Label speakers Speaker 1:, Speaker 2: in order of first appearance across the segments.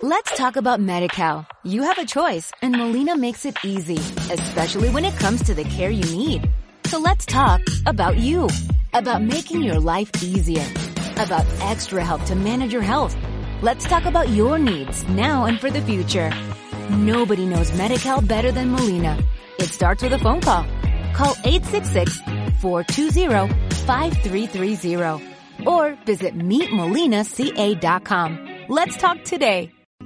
Speaker 1: Let's talk about Medi-Cal. You have a choice, and Molina makes it easy, especially when it comes to the care you need. So let's talk about you, about making your life easier, about extra help to manage your health. Let's talk about your needs now and for the future. Nobody knows Medi-Cal better than Molina. It starts with a phone call. Call 866-420-5330 or visit meetmolinaca.com. Let's talk today.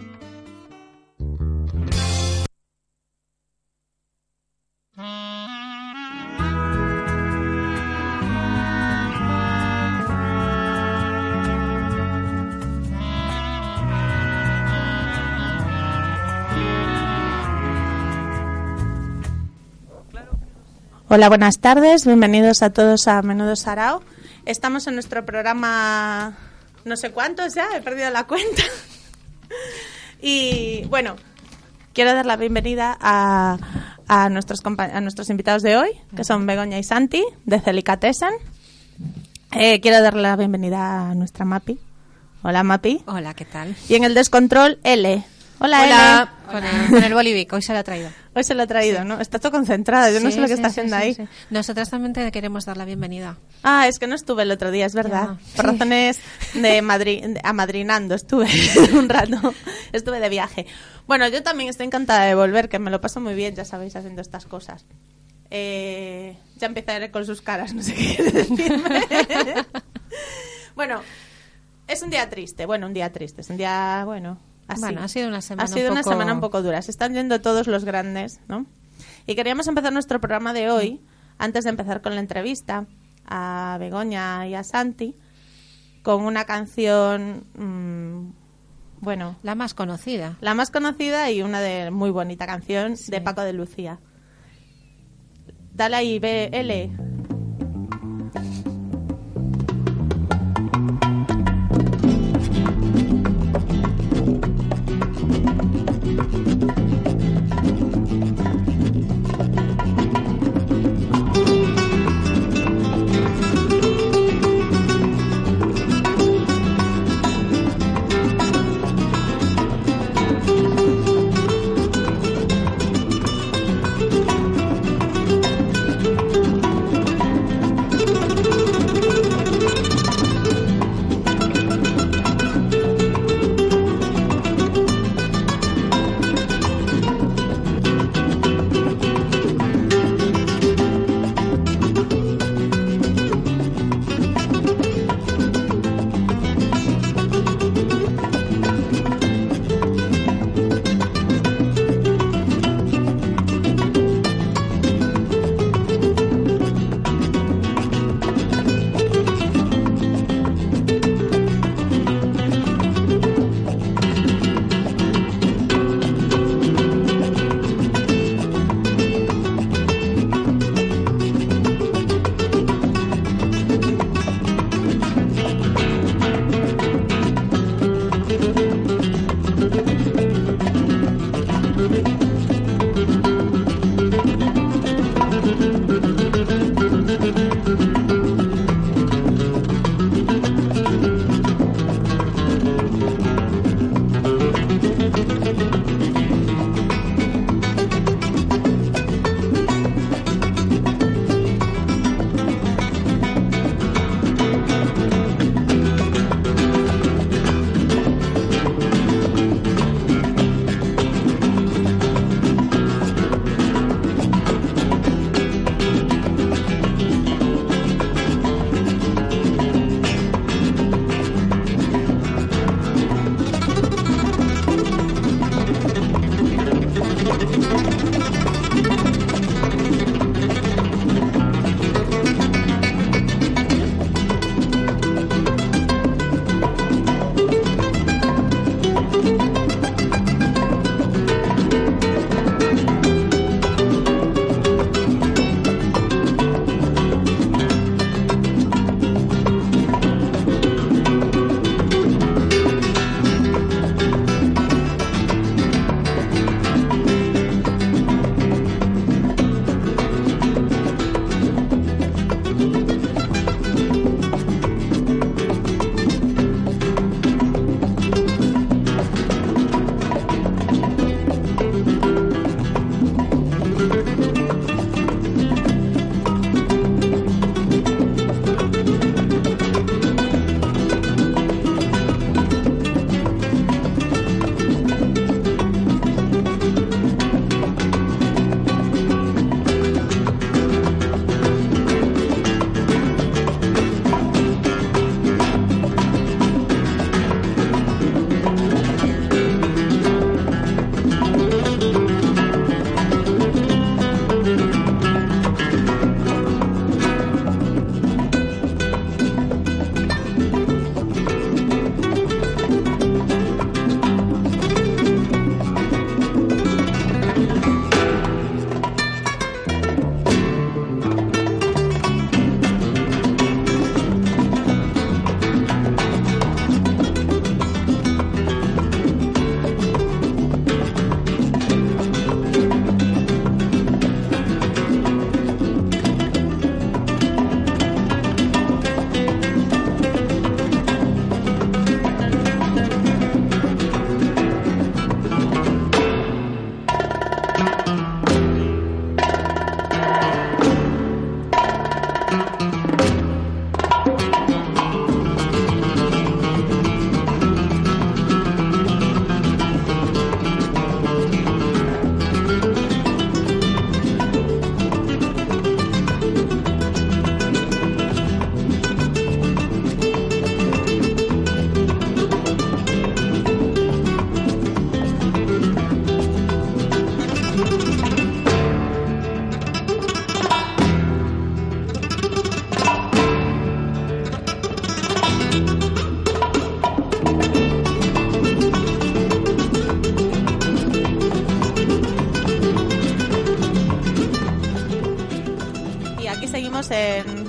Speaker 2: Hola, buenas tardes, bienvenidos a todos a Menudo Sarao. Estamos en nuestro programa no sé cuántos ya, he perdido la cuenta. Y bueno, quiero dar la bienvenida a nuestros invitados de hoy, que son Begoña y Santi, de Celicatessen. Quiero darle la bienvenida a nuestra Mapi. Hola, Mapi.
Speaker 3: Hola, ¿qué tal?
Speaker 2: Y en el descontrol, L. Hola,
Speaker 3: L. Con el Bolivic, hoy se lo ha traído.
Speaker 2: Hoy se lo ha traído, sí. ¿No? Está todo concentrada, yo no sé lo que está haciendo ahí.
Speaker 3: Sí. Nosotras también te queremos dar la bienvenida.
Speaker 2: Ah, es que no estuve el otro día, es verdad. Por razones de amadrinando estuve un rato, estuve de viaje. Bueno, yo también estoy encantada de volver, que me lo paso muy bien, ya sabéis, haciendo estas cosas. Ya empezaré con sus caras, no sé qué quiere decirme. Bueno, es un día triste, es un día, bueno... Así.
Speaker 3: Bueno, ha sido una semana
Speaker 2: un poco dura. Se están yendo todos los grandes, ¿no? Y queríamos empezar nuestro programa de hoy, antes de empezar con la entrevista a Begoña y a Santi, con una canción, bueno...
Speaker 3: La más conocida.
Speaker 2: La más conocida y una de muy bonita canción de Paco de Lucía. Dale ahí, BL.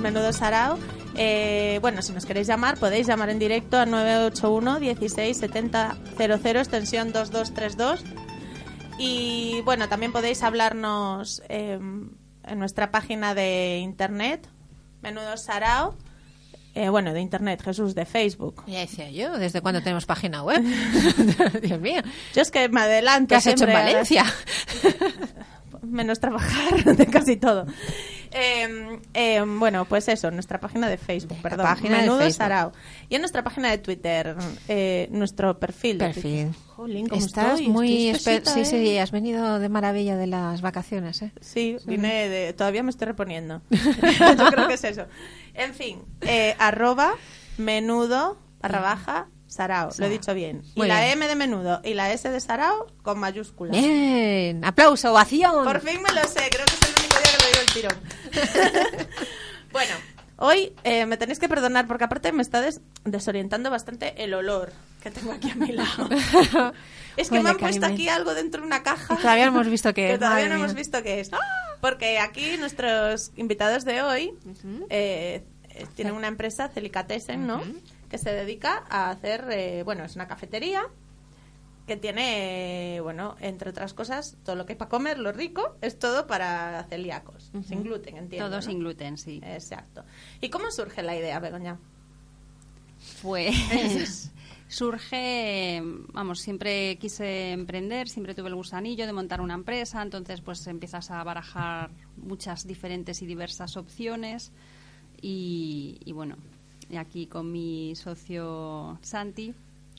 Speaker 2: Menudo Sarao. Bueno, si nos queréis llamar, podéis llamar en directo a 981 16 70 00, extensión 2232. Y bueno, también podéis hablarnos en nuestra página de internet, Menudo Sarao. Bueno, de internet, Jesús, de Facebook.
Speaker 3: Ya decía yo, ¿desde cuándo tenemos página web? Dios mío.
Speaker 2: Yo es que me adelanto.
Speaker 3: ¿Qué has hecho en Valencia?
Speaker 2: Menos trabajar de casi todo. Bueno, pues eso, nuestra página de Facebook, perdón,
Speaker 3: página
Speaker 2: Menudo
Speaker 3: de Facebook.
Speaker 2: Sarao. Y en nuestra página de Twitter, nuestro perfil. De Twitter. Jolín, ¿cómo
Speaker 3: Estás
Speaker 2: estoy?
Speaker 3: muy
Speaker 2: Estoy espesita,
Speaker 3: sí, has venido de maravilla de las vacaciones, ¿eh?
Speaker 2: Sí, vine de... Todavía me estoy reponiendo. Yo creo que es eso. En fin, @menudo _Sarao. Lo he dicho bien. Y
Speaker 3: Muy
Speaker 2: la
Speaker 3: bien.
Speaker 2: M de menudo y la S de Sarao con mayúsculas.
Speaker 3: Bien, aplauso, ovación.
Speaker 2: Por fin me lo sé, creo que es el único día que lo digo el tirón. Bueno, hoy me tenéis que perdonar porque aparte me está desorientando bastante el olor que tengo aquí a mi lado. Es que
Speaker 3: Huele,
Speaker 2: me han puesto
Speaker 3: Carmen.
Speaker 2: aquí algo dentro de una caja.
Speaker 3: Y todavía no hemos visto qué
Speaker 2: que
Speaker 3: es,
Speaker 2: todavía
Speaker 3: madre
Speaker 2: no hemos
Speaker 3: mía.
Speaker 2: visto qué es. Porque aquí nuestros invitados de hoy tienen una empresa, Celicatessen, ¿no? Que se dedica a hacer, bueno, es una cafetería que tiene, bueno, entre otras cosas, todo lo que hay para comer, lo rico, es todo para celíacos, sin gluten, entiendo.
Speaker 4: Todo
Speaker 2: ¿no?
Speaker 4: sin gluten, sí.
Speaker 2: Exacto. ¿Y cómo surge la idea, Begoña?
Speaker 4: Pues surge, vamos, siempre quise emprender, siempre tuve el gusanillo de montar una empresa, entonces pues empiezas a barajar muchas diferentes y diversas opciones y bueno, y aquí con mi socio Santi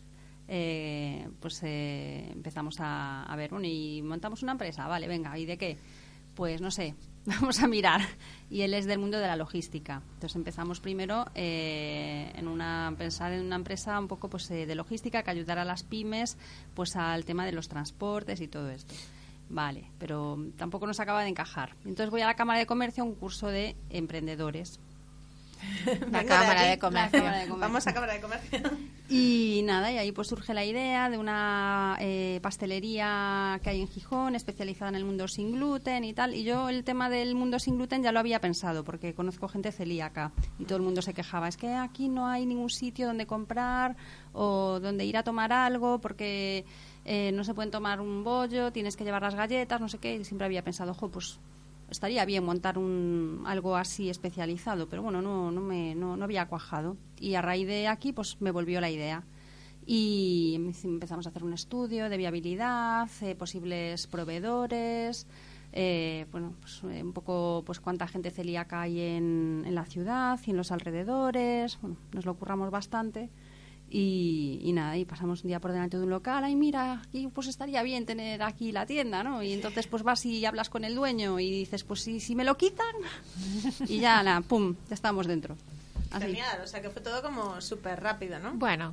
Speaker 4: empezamos a ver, bueno, y montamos una empresa, vale, venga, ¿y de qué? Pues no sé, vamos a mirar. Y él es del mundo de la logística. Entonces empezamos primero pensar en una empresa un poco pues de logística que ayudara a las pymes pues al tema de los transportes y todo esto. Vale, pero tampoco nos acaba de encajar. Entonces voy a la Cámara de Comercio a un curso de emprendedores.
Speaker 3: La
Speaker 2: Vengo
Speaker 3: Cámara
Speaker 2: aquí.
Speaker 3: de Comercio.
Speaker 4: La Cámara de Comercio.
Speaker 2: Vamos a Cámara de Comercio.
Speaker 4: Y nada, y ahí pues surge la idea de una pastelería que hay en Gijón, especializada en el mundo sin gluten y tal. Y yo el tema del mundo sin gluten ya lo había pensado, porque conozco gente celíaca y todo el mundo se quejaba. Es que aquí no hay ningún sitio donde comprar o donde ir a tomar algo, porque no se pueden tomar un bollo, tienes que llevar las galletas, no sé qué. Y siempre había pensado, pues estaría bien montar algo así especializado, pero bueno, no había cuajado. Y a raíz de aquí, pues me volvió la idea. Y empezamos a hacer un estudio de viabilidad, posibles proveedores, bueno, pues un poco pues cuánta gente celíaca hay en la ciudad y en los alrededores. Bueno, nos lo curramos bastante. Y nada, y pasamos un día por delante de un local, ay mira, aquí pues estaría bien tener aquí la tienda, ¿no? Y entonces pues vas y hablas con el dueño y dices, pues si me lo quitan, y ya, nada, pum, ya estamos dentro. Así.
Speaker 2: Genial, o sea que fue todo como súper rápido, ¿no?
Speaker 3: Bueno,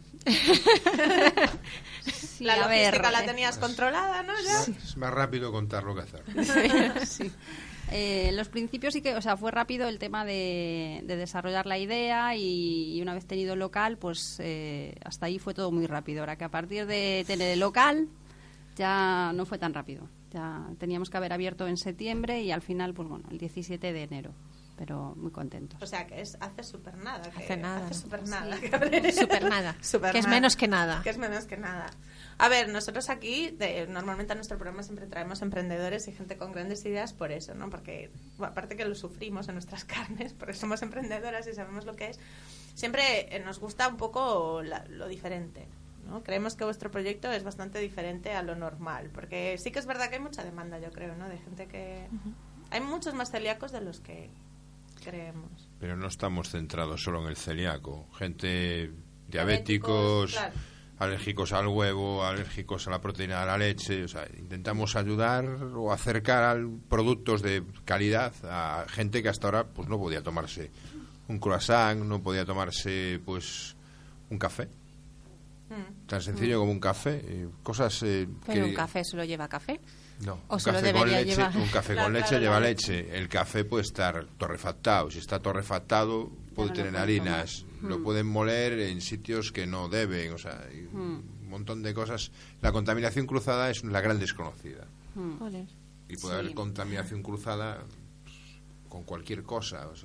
Speaker 4: Sí,
Speaker 2: La
Speaker 4: a ver,
Speaker 2: logística la tenías controlada, ¿no? Ya.
Speaker 5: Es más rápido contarlo que hacerlo.
Speaker 4: Sí. Los principios sí que, o sea, fue rápido el tema de desarrollar la idea y una vez tenido el local, pues hasta ahí fue todo muy rápido. Ahora que a partir de tener el local ya no fue tan rápido. Ya teníamos que haber abierto en septiembre y al final, pues bueno, el 17 de enero. Pero muy contentos.
Speaker 2: O sea que hace súper nada.
Speaker 3: Hace nada.
Speaker 2: Hace súper nada.
Speaker 3: súper nada.
Speaker 2: Súper
Speaker 3: Que es
Speaker 2: nada.
Speaker 3: menos que nada.
Speaker 2: Que es menos que nada. A ver, nosotros aquí, normalmente a nuestro programa siempre traemos emprendedores y gente con grandes ideas por eso, ¿no? Porque, bueno, aparte que lo sufrimos en nuestras carnes, porque somos emprendedoras y sabemos lo que es, siempre nos gusta un poco lo diferente, ¿no? Creemos que vuestro proyecto es bastante diferente a lo normal, porque sí que es verdad que hay mucha demanda, yo creo, ¿no? De gente que... Hay muchos más celíacos de los que creemos.
Speaker 5: Pero no estamos centrados solo en el celíaco. Gente diabéticos,
Speaker 2: claro.
Speaker 5: alérgicos al huevo, alérgicos a la proteína de la leche. O sea, intentamos ayudar o acercar a productos de calidad a gente que hasta ahora pues no podía tomarse un croissant, no podía tomarse pues un café. Tan sencillo como un café. Cosas
Speaker 3: Pero un café solo lleva café.
Speaker 5: No,
Speaker 3: O
Speaker 5: un
Speaker 3: solo
Speaker 5: café con
Speaker 3: debería
Speaker 5: leche,
Speaker 3: llevar.
Speaker 5: un café
Speaker 2: Claro,
Speaker 5: con leche
Speaker 2: claro,
Speaker 5: lleva
Speaker 2: claro.
Speaker 5: leche. El café puede estar torrefactado. Si está torrefactado puede
Speaker 4: no lo
Speaker 5: tener
Speaker 4: pueden
Speaker 5: harinas.
Speaker 4: tomar.
Speaker 5: Lo pueden moler en sitios que no deben. O sea, hay un montón de cosas. La contaminación cruzada es la gran desconocida.
Speaker 3: Joder.
Speaker 5: Y puede
Speaker 4: Sí.
Speaker 5: haber contaminación cruzada pues, con cualquier cosa. O sea,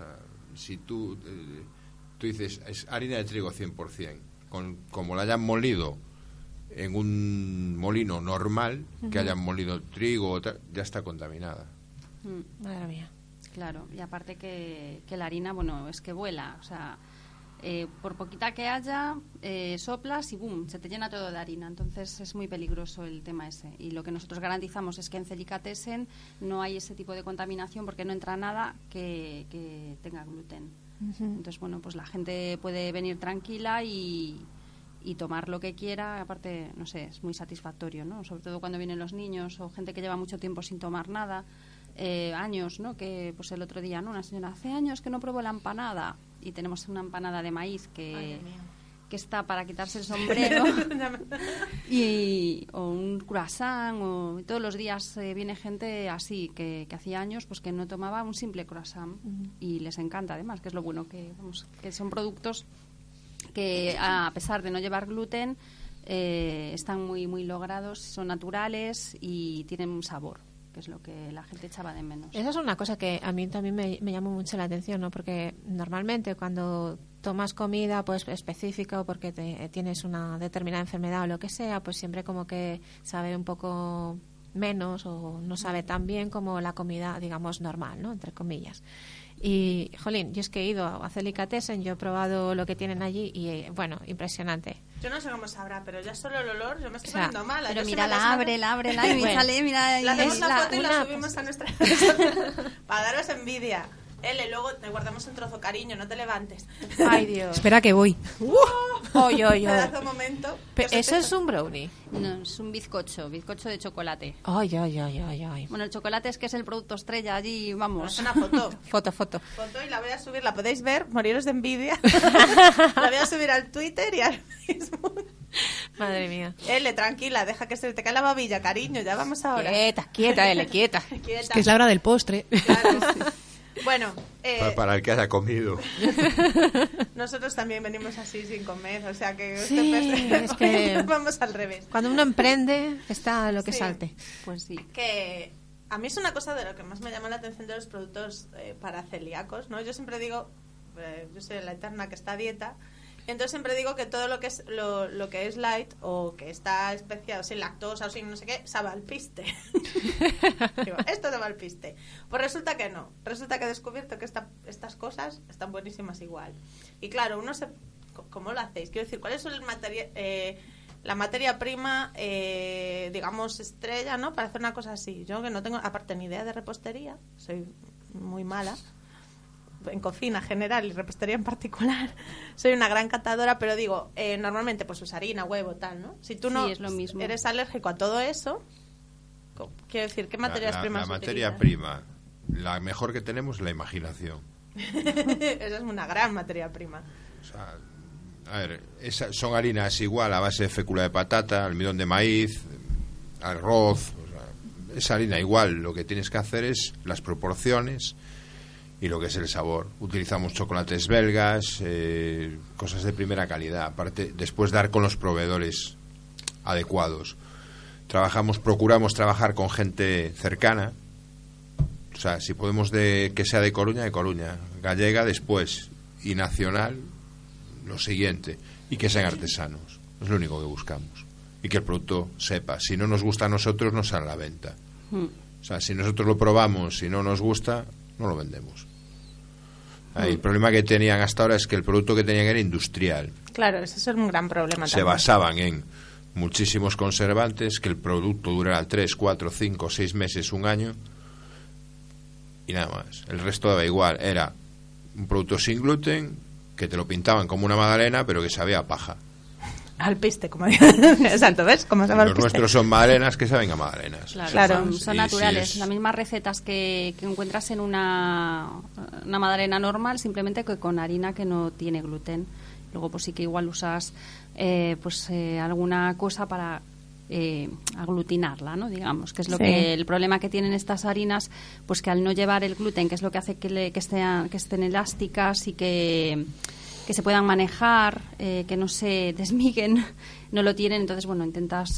Speaker 5: si tú dices es harina de trigo 100%, como la hayan molido en un molino normal, que hayan molido trigo o tal, ya está contaminada.
Speaker 3: Madre mía.
Speaker 4: Claro, y aparte que la harina, bueno, es que vuela, o sea, por poquita que haya, soplas y boom, se te llena todo de harina. Entonces es muy peligroso el tema ese. Y lo que nosotros garantizamos es que en Delicatessen no hay ese tipo de contaminación, porque no entra nada que tenga gluten. Entonces, bueno, pues la gente puede venir tranquila y tomar lo que quiera. Aparte, no sé, es muy satisfactorio, ¿no? Sobre todo cuando vienen los niños o gente que lleva mucho tiempo sin tomar nada. Años, ¿no? Que pues el otro día, ¿no? Una señora, hace años que no pruebo la empanada, y tenemos una empanada de maíz que está para quitarse el sombrero o un croissant, o todos los días viene gente así que hacía años pues que no tomaba un simple croissant y les encanta, además, que es lo bueno, que son productos que a pesar de no llevar gluten están muy muy logrados, son naturales y tienen un sabor, que es lo que la gente echaba de menos.
Speaker 3: Esa es una cosa que a mí también me llamó mucho la atención, ¿no? Porque normalmente cuando tomas comida pues específica o porque tienes una determinada enfermedad o lo que sea, pues siempre como que sabe un poco menos o no sabe tan bien como la comida, digamos, normal, ¿no? Entre comillas. Y, jolín, yo es que he ido a Delicatessen, yo he probado lo que tienen allí y, bueno, impresionante.
Speaker 2: Yo no sé cómo sabrá, pero ya solo el olor, yo me estoy poniendo mala.
Speaker 4: Pero mira, ábrela y
Speaker 3: bueno,
Speaker 4: sale, mira.
Speaker 2: Le hacemos una foto y la subimos a nuestra para daros envidia. Luego te guardamos un trozo, cariño, no te levantes.
Speaker 3: Ay, Dios.
Speaker 6: Espera que voy.
Speaker 2: Pedazo momento.
Speaker 3: ¿Eso es un brownie?
Speaker 4: No, es un bizcocho de chocolate.
Speaker 3: Ay.
Speaker 4: Bueno, el chocolate es que es el producto estrella allí, vamos.
Speaker 2: Es una foto.
Speaker 3: Foto.
Speaker 2: Y la voy a subir, la podéis ver, moriros de envidia. La voy a subir al Twitter y al Facebook.
Speaker 3: Madre mía.
Speaker 2: Tranquila, deja que se te cae la babilla, cariño, ya vamos ahora.
Speaker 3: Quieta.
Speaker 6: Es que es la hora del postre.
Speaker 2: Claro. Bueno,
Speaker 5: para el que haya comido.
Speaker 2: Nosotros también venimos así sin comer, o sea que
Speaker 3: sí, es que
Speaker 2: vamos al revés.
Speaker 3: Cuando uno emprende está lo que salte.
Speaker 4: Pues sí.
Speaker 2: Que a mí es una cosa de lo que más me llama la atención de los productos para celíacos, ¿no? Yo siempre digo, yo soy la eterna que está a dieta. Entonces siempre digo que todo lo que es lo que es light o que está especiado sin lactosa o sin no sé qué, sabe al piste. Digo, esto sabe al piste. Pues resulta que no. Resulta que he descubierto que estas cosas están buenísimas igual. Y claro, uno se... ¿Cómo lo hacéis? Quiero decir, ¿cuál es la materia prima, digamos, estrella, ¿no? Para hacer una cosa así. Yo que no tengo, aparte, ni idea de repostería, soy muy mala en cocina general y repostería en particular, soy una gran catadora, pero digo, normalmente pues harina, huevo, tal, ¿no? Si tú no
Speaker 4: es lo mismo.
Speaker 2: Eres alérgico a todo eso, quiero decir, ¿qué materias primas
Speaker 5: La materia
Speaker 2: utilizas?
Speaker 5: prima, la mejor que tenemos es la imaginación.
Speaker 2: Esa es una gran materia prima.
Speaker 5: O sea, a ver, son harinas igual a base de fécula de patata, almidón de maíz, arroz, o sea, es harina igual. Lo que tienes que hacer es las proporciones y lo que es el sabor. Utilizamos chocolates belgas, cosas de primera calidad. Aparte, después dar con los proveedores adecuados. Procuramos trabajar con gente cercana. O sea, si podemos que sea de Coruña, gallega después, y nacional lo siguiente, y que sean artesanos. Es lo único que buscamos. Y que el producto sepa. Si no nos gusta a nosotros, no sale a la venta. O sea, si nosotros lo probamos y no nos gusta, no lo vendemos. El problema que tenían hasta ahora es que el producto que tenían era industrial.
Speaker 2: Claro, ese es un gran problema.
Speaker 5: Se basaban en muchísimos conservantes, que el producto durara 3, 4, 5, 6 meses, un año, y nada más. El resto daba igual. Era un producto sin gluten, que te lo pintaban como una magdalena, pero que sabía a paja.
Speaker 2: Al piste, como exacto, ¿ves? Como sabe al
Speaker 5: Los
Speaker 2: piste.
Speaker 5: nuestros son magdalenas que saben a magdalenas.
Speaker 2: Claro.
Speaker 4: Son naturales, las mismas recetas que encuentras en una magdalena normal, simplemente que con harina que no tiene gluten. Luego pues sí que igual usas alguna cosa para aglutinarla, ¿no? Digamos, que es lo que el problema que tienen estas harinas, pues que al no llevar el gluten, que es lo que hace que estén elásticas y que que se puedan manejar, que no se desmiguen, no lo tienen. Entonces, bueno, intentas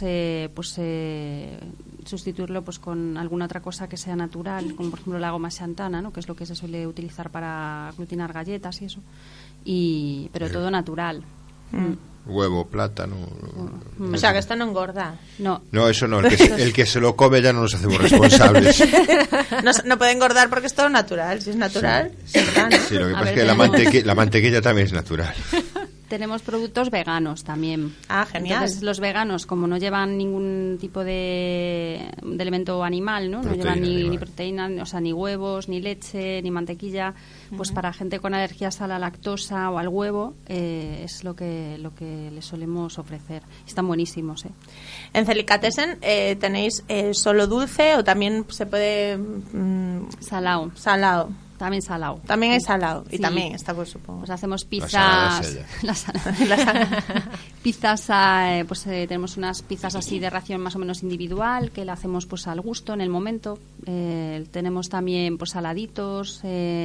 Speaker 4: sustituirlo pues con alguna otra cosa que sea natural, como por ejemplo la goma xantana, ¿no? Que es lo que se suele utilizar para aglutinar galletas y eso, pero todo natural.
Speaker 5: Huevo, plátano.
Speaker 2: O sea, que esto no engorda.
Speaker 4: No,
Speaker 5: eso no. El que se lo come ya no nos hacemos responsables.
Speaker 2: No puede engordar porque es todo natural. Si es natural,
Speaker 5: sí, lo que pasa es que la mantequilla también es natural.
Speaker 4: Tenemos productos veganos también.
Speaker 2: Ah, genial.
Speaker 4: Entonces, los veganos, como no llevan ningún tipo de elemento animal, ¿no? No llevan ni proteína, o sea, ni huevos, ni leche, ni mantequilla, pues para gente con alergias a la lactosa o al huevo, es lo que les solemos ofrecer. Están buenísimos, ¿eh?
Speaker 2: En Delicatessen tenéis solo dulce o también se puede...
Speaker 4: Salao. También salado.
Speaker 2: También hay salado. Y
Speaker 4: Sí.
Speaker 2: también está, pues supongo.
Speaker 4: Pues hacemos pizzas.
Speaker 5: La salada
Speaker 4: Pizzas, tenemos unas pizzas así de ración más o menos individual que la hacemos pues al gusto en el momento. Tenemos también pues saladitos.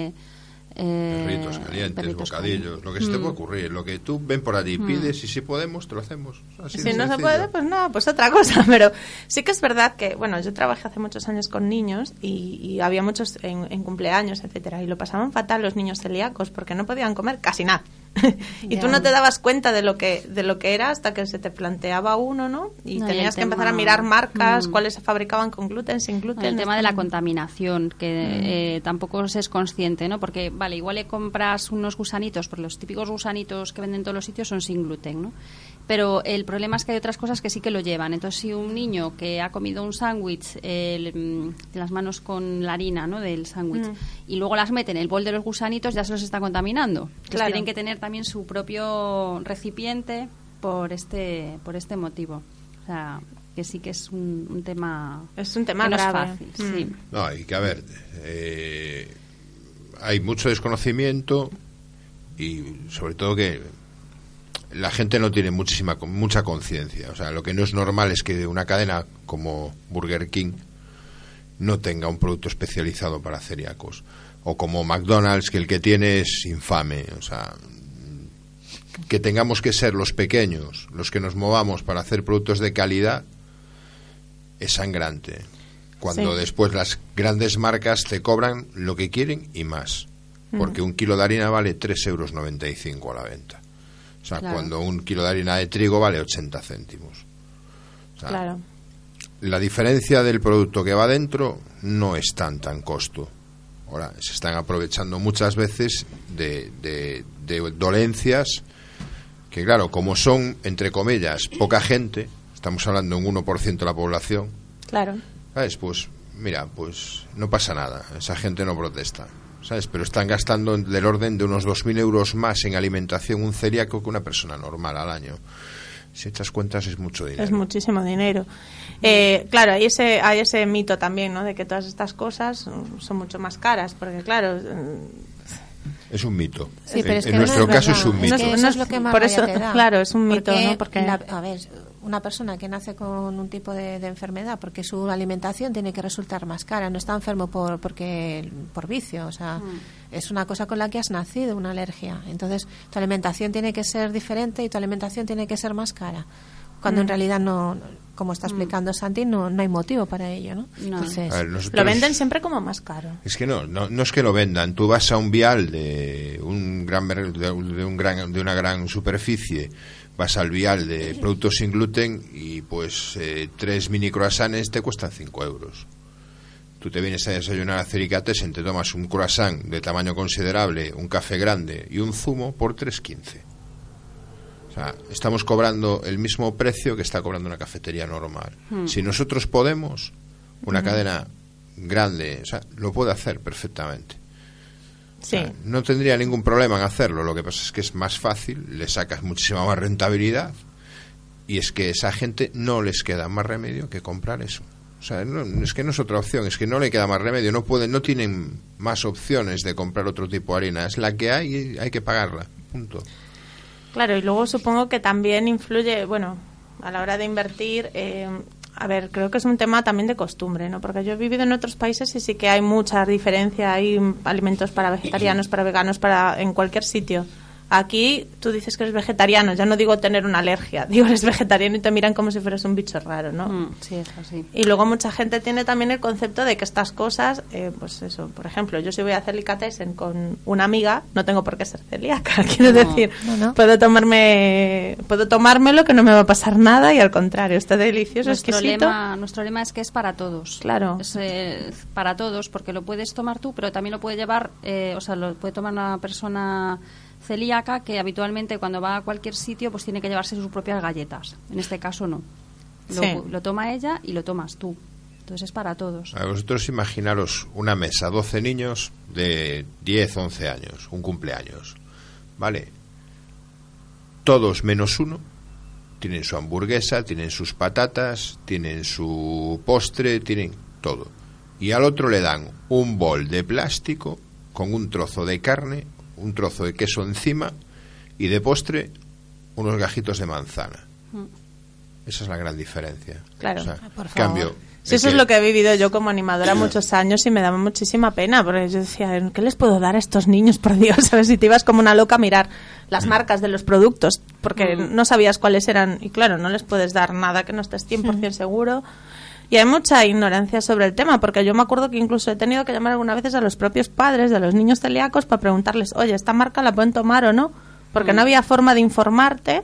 Speaker 5: Perritos calientes, bocadillos, lo que se te puede ocurrir, lo que tú ven por allí, pides y si podemos te lo hacemos. Así
Speaker 2: Si
Speaker 5: de
Speaker 2: no se
Speaker 5: sencillo.
Speaker 2: puede, pues nada, pues otra cosa. Pero sí que es verdad que, bueno, yo trabajé hace muchos años con niños y había muchos en cumpleaños, etcétera, y lo pasaban fatal los niños celíacos porque no podían comer casi nada. Y
Speaker 4: Ya.
Speaker 2: tú no te dabas cuenta de lo que era hasta que se te planteaba uno, ¿no? Y
Speaker 4: No, y
Speaker 2: tenías
Speaker 4: el
Speaker 2: que empezar a
Speaker 4: tema-
Speaker 2: mirar marcas, cuáles se fabricaban con gluten, sin gluten.
Speaker 4: El tema de la
Speaker 2: Están-
Speaker 4: contaminación, que tampoco se es consciente, ¿no? Porque, vale, igual le compras unos gusanitos, porque los típicos gusanitos que venden en todos los sitios son sin gluten, ¿no? Pero el problema es que hay otras cosas que sí que lo llevan. Entonces, si un niño que ha comido un sándwich, las manos con la harina, ¿no?, del sándwich, y luego las mete en el bol de los gusanitos, ya se los está contaminando. Entonces,
Speaker 2: Claro.
Speaker 4: tienen que tener también su propio recipiente por este motivo. O sea, que sí que es un tema...
Speaker 2: Es un tema
Speaker 4: que no
Speaker 2: grave.
Speaker 4: es fácil, sí.
Speaker 5: No, y que a ver, hay mucho desconocimiento y sobre todo que la gente no tiene mucha conciencia. O sea, lo que no es normal es que una cadena como Burger King no tenga un producto especializado para celíacos, o como McDonald's, que el que tiene es infame. O sea, que tengamos que ser los pequeños los que nos movamos para hacer productos de calidad es sangrante, cuando
Speaker 2: Sí.
Speaker 5: después las grandes marcas te cobran lo que quieren y más, porque un kilo de harina vale 3,95 € a la venta. O sea,
Speaker 4: Claro.
Speaker 5: cuando un kilo de harina de trigo vale 80 céntimos. O sea,
Speaker 2: Claro.
Speaker 5: la diferencia del producto que va dentro no es tan costo. Ahora, se están aprovechando muchas veces de dolencias que, claro, como son, entre comillas, poca gente, estamos hablando de un 1% de la población,
Speaker 2: Claro.
Speaker 5: ¿sabes? Pues, mira, pues no pasa nada, esa gente no protesta, ¿sabes? Pero están gastando del orden de unos 2.000 € más en alimentación un celíaco que una persona normal al año. Si echas cuentas es mucho dinero.
Speaker 2: Es muchísimo dinero. Claro, hay ese mito también, ¿no? De que todas estas cosas son mucho más caras, porque claro,
Speaker 5: Es un mito.
Speaker 3: Sí, pero es que
Speaker 5: En
Speaker 3: no
Speaker 5: nuestro
Speaker 3: es
Speaker 5: caso
Speaker 3: verdad.
Speaker 5: es un mito.
Speaker 3: Es que eso es lo que más
Speaker 2: Por
Speaker 3: rabia
Speaker 2: eso,
Speaker 3: te da.
Speaker 2: claro, es un mito, ¿no? Porque
Speaker 3: a ver, una persona que nace con un tipo de enfermedad, porque su alimentación tiene que resultar más cara, no está enfermo por vicio, o sea, es una cosa con la que has nacido, una alergia. Entonces, tu alimentación tiene que ser diferente y tu alimentación tiene que ser más cara. Cuando en realidad no, como está explicando Santi, no hay motivo para ello, ¿no?
Speaker 4: No.
Speaker 3: Entonces,
Speaker 5: A ver, nosotros-
Speaker 2: lo venden siempre como más caro.
Speaker 5: Es que no es que lo vendan. Tú vas a un vial de una gran superficie, vas al vial de productos sin gluten y pues 3 mini croissants te cuestan 5 €. Tú te vienes a desayunar a Delicatessen, te tomas un croissant de tamaño considerable, un café grande y un zumo por 3,15. O sea, estamos cobrando el mismo precio que está cobrando una cafetería normal. Si nosotros podemos, una cadena grande, o sea, lo puede hacer perfectamente.
Speaker 2: Sí.
Speaker 5: O sea, no tendría ningún problema en hacerlo. Lo que pasa es que es más fácil, le sacas muchísima más rentabilidad y es que a esa gente no les queda más remedio que comprar eso. O sea, es que no es otra opción, es que no le queda más remedio, no tienen más opciones de comprar otro tipo de harina. Es la que hay y hay que pagarla. Punto.
Speaker 2: Claro, y luego supongo que también influye, bueno, a la hora de invertir, a ver, creo que es un tema también de costumbre, ¿no? Porque yo he vivido en otros países y sí que hay mucha diferencia, hay alimentos para vegetarianos, para veganos, en cualquier sitio. Aquí tú dices que eres vegetariano, ya no digo tener una alergia, digo eres vegetariano y te miran como si fueras un bicho raro, ¿no?
Speaker 4: Sí, es así.
Speaker 2: Y luego mucha gente tiene también el concepto de que estas cosas, pues eso, por ejemplo, yo si voy a hacer delicatessen con una amiga, no tengo por qué ser celíaca, quiero decir, puedo tomármelo que no me va a pasar nada y al contrario, está delicioso, exquisito.
Speaker 4: Nuestro lema es que es para todos.
Speaker 2: Claro.
Speaker 4: Es para todos, porque lo puedes tomar tú, pero también lo puede llevar, lo puede tomar una persona celíaca que habitualmente cuando va a cualquier sitio pues tiene que llevarse sus propias galletas. En este caso no. Lo toma ella y lo tomas tú. Entonces es para todos.
Speaker 5: A vosotros imaginaros una mesa, 12 niños de 10, 11 años, un cumpleaños, ¿vale? Todos menos uno tienen su hamburguesa, tienen sus patatas, tienen su postre, tienen todo. Y al otro le dan un bol de plástico con un trozo de carne, un trozo de queso encima y de postre unos gajitos de manzana. Esa es la gran diferencia.
Speaker 2: Claro,
Speaker 5: o sea,
Speaker 3: por favor.
Speaker 5: Cambio.
Speaker 2: Sí, eso es lo que he vivido yo como animadora muchos años y me daba muchísima pena, porque yo decía, ¿qué les puedo dar a estos niños, por Dios? ¿Sabes? Si te ibas como una loca a mirar las marcas de los productos, porque no sabías cuáles eran, y claro, no les puedes dar nada que no estés 100% seguro. Y hay mucha ignorancia sobre el tema, porque yo me acuerdo que incluso he tenido que llamar algunas veces a los propios padres de los niños celíacos para preguntarles, oye, ¿esta marca la pueden tomar o no? Porque no había forma de informarte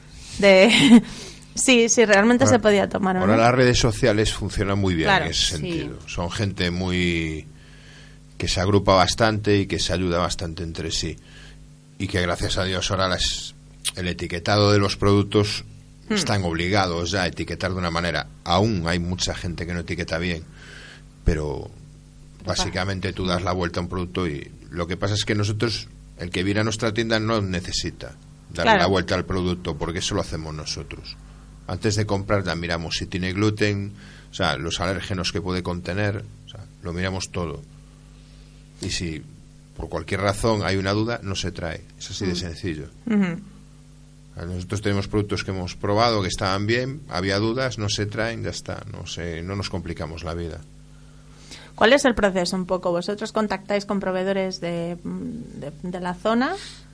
Speaker 2: de si realmente se podía tomar o no.
Speaker 5: Ahora las redes sociales funcionan muy bien,
Speaker 2: claro,
Speaker 5: en ese sentido. Son gente que se agrupa bastante y que se ayuda bastante entre sí. Y que gracias a Dios ahora el etiquetado de los productos están obligados ya a etiquetar de una manera. Aún hay mucha gente que no etiqueta bien, pero básicamente tú das la vuelta a un producto y lo que pasa es que nosotros, el que viene a nuestra tienda no necesita darle la vuelta al producto, porque eso lo hacemos nosotros. Antes de comprar ya miramos si tiene gluten, o sea, los alérgenos que puede contener, o sea, lo miramos todo. Y si por cualquier razón hay una duda, no se trae. Es así de sencillo. Nosotros tenemos productos que hemos probado que estaban bien, había dudas, no se traen, ya está, no nos complicamos la vida.
Speaker 2: ¿Cuál es el proceso un poco? ¿Vosotros contactáis con proveedores de la zona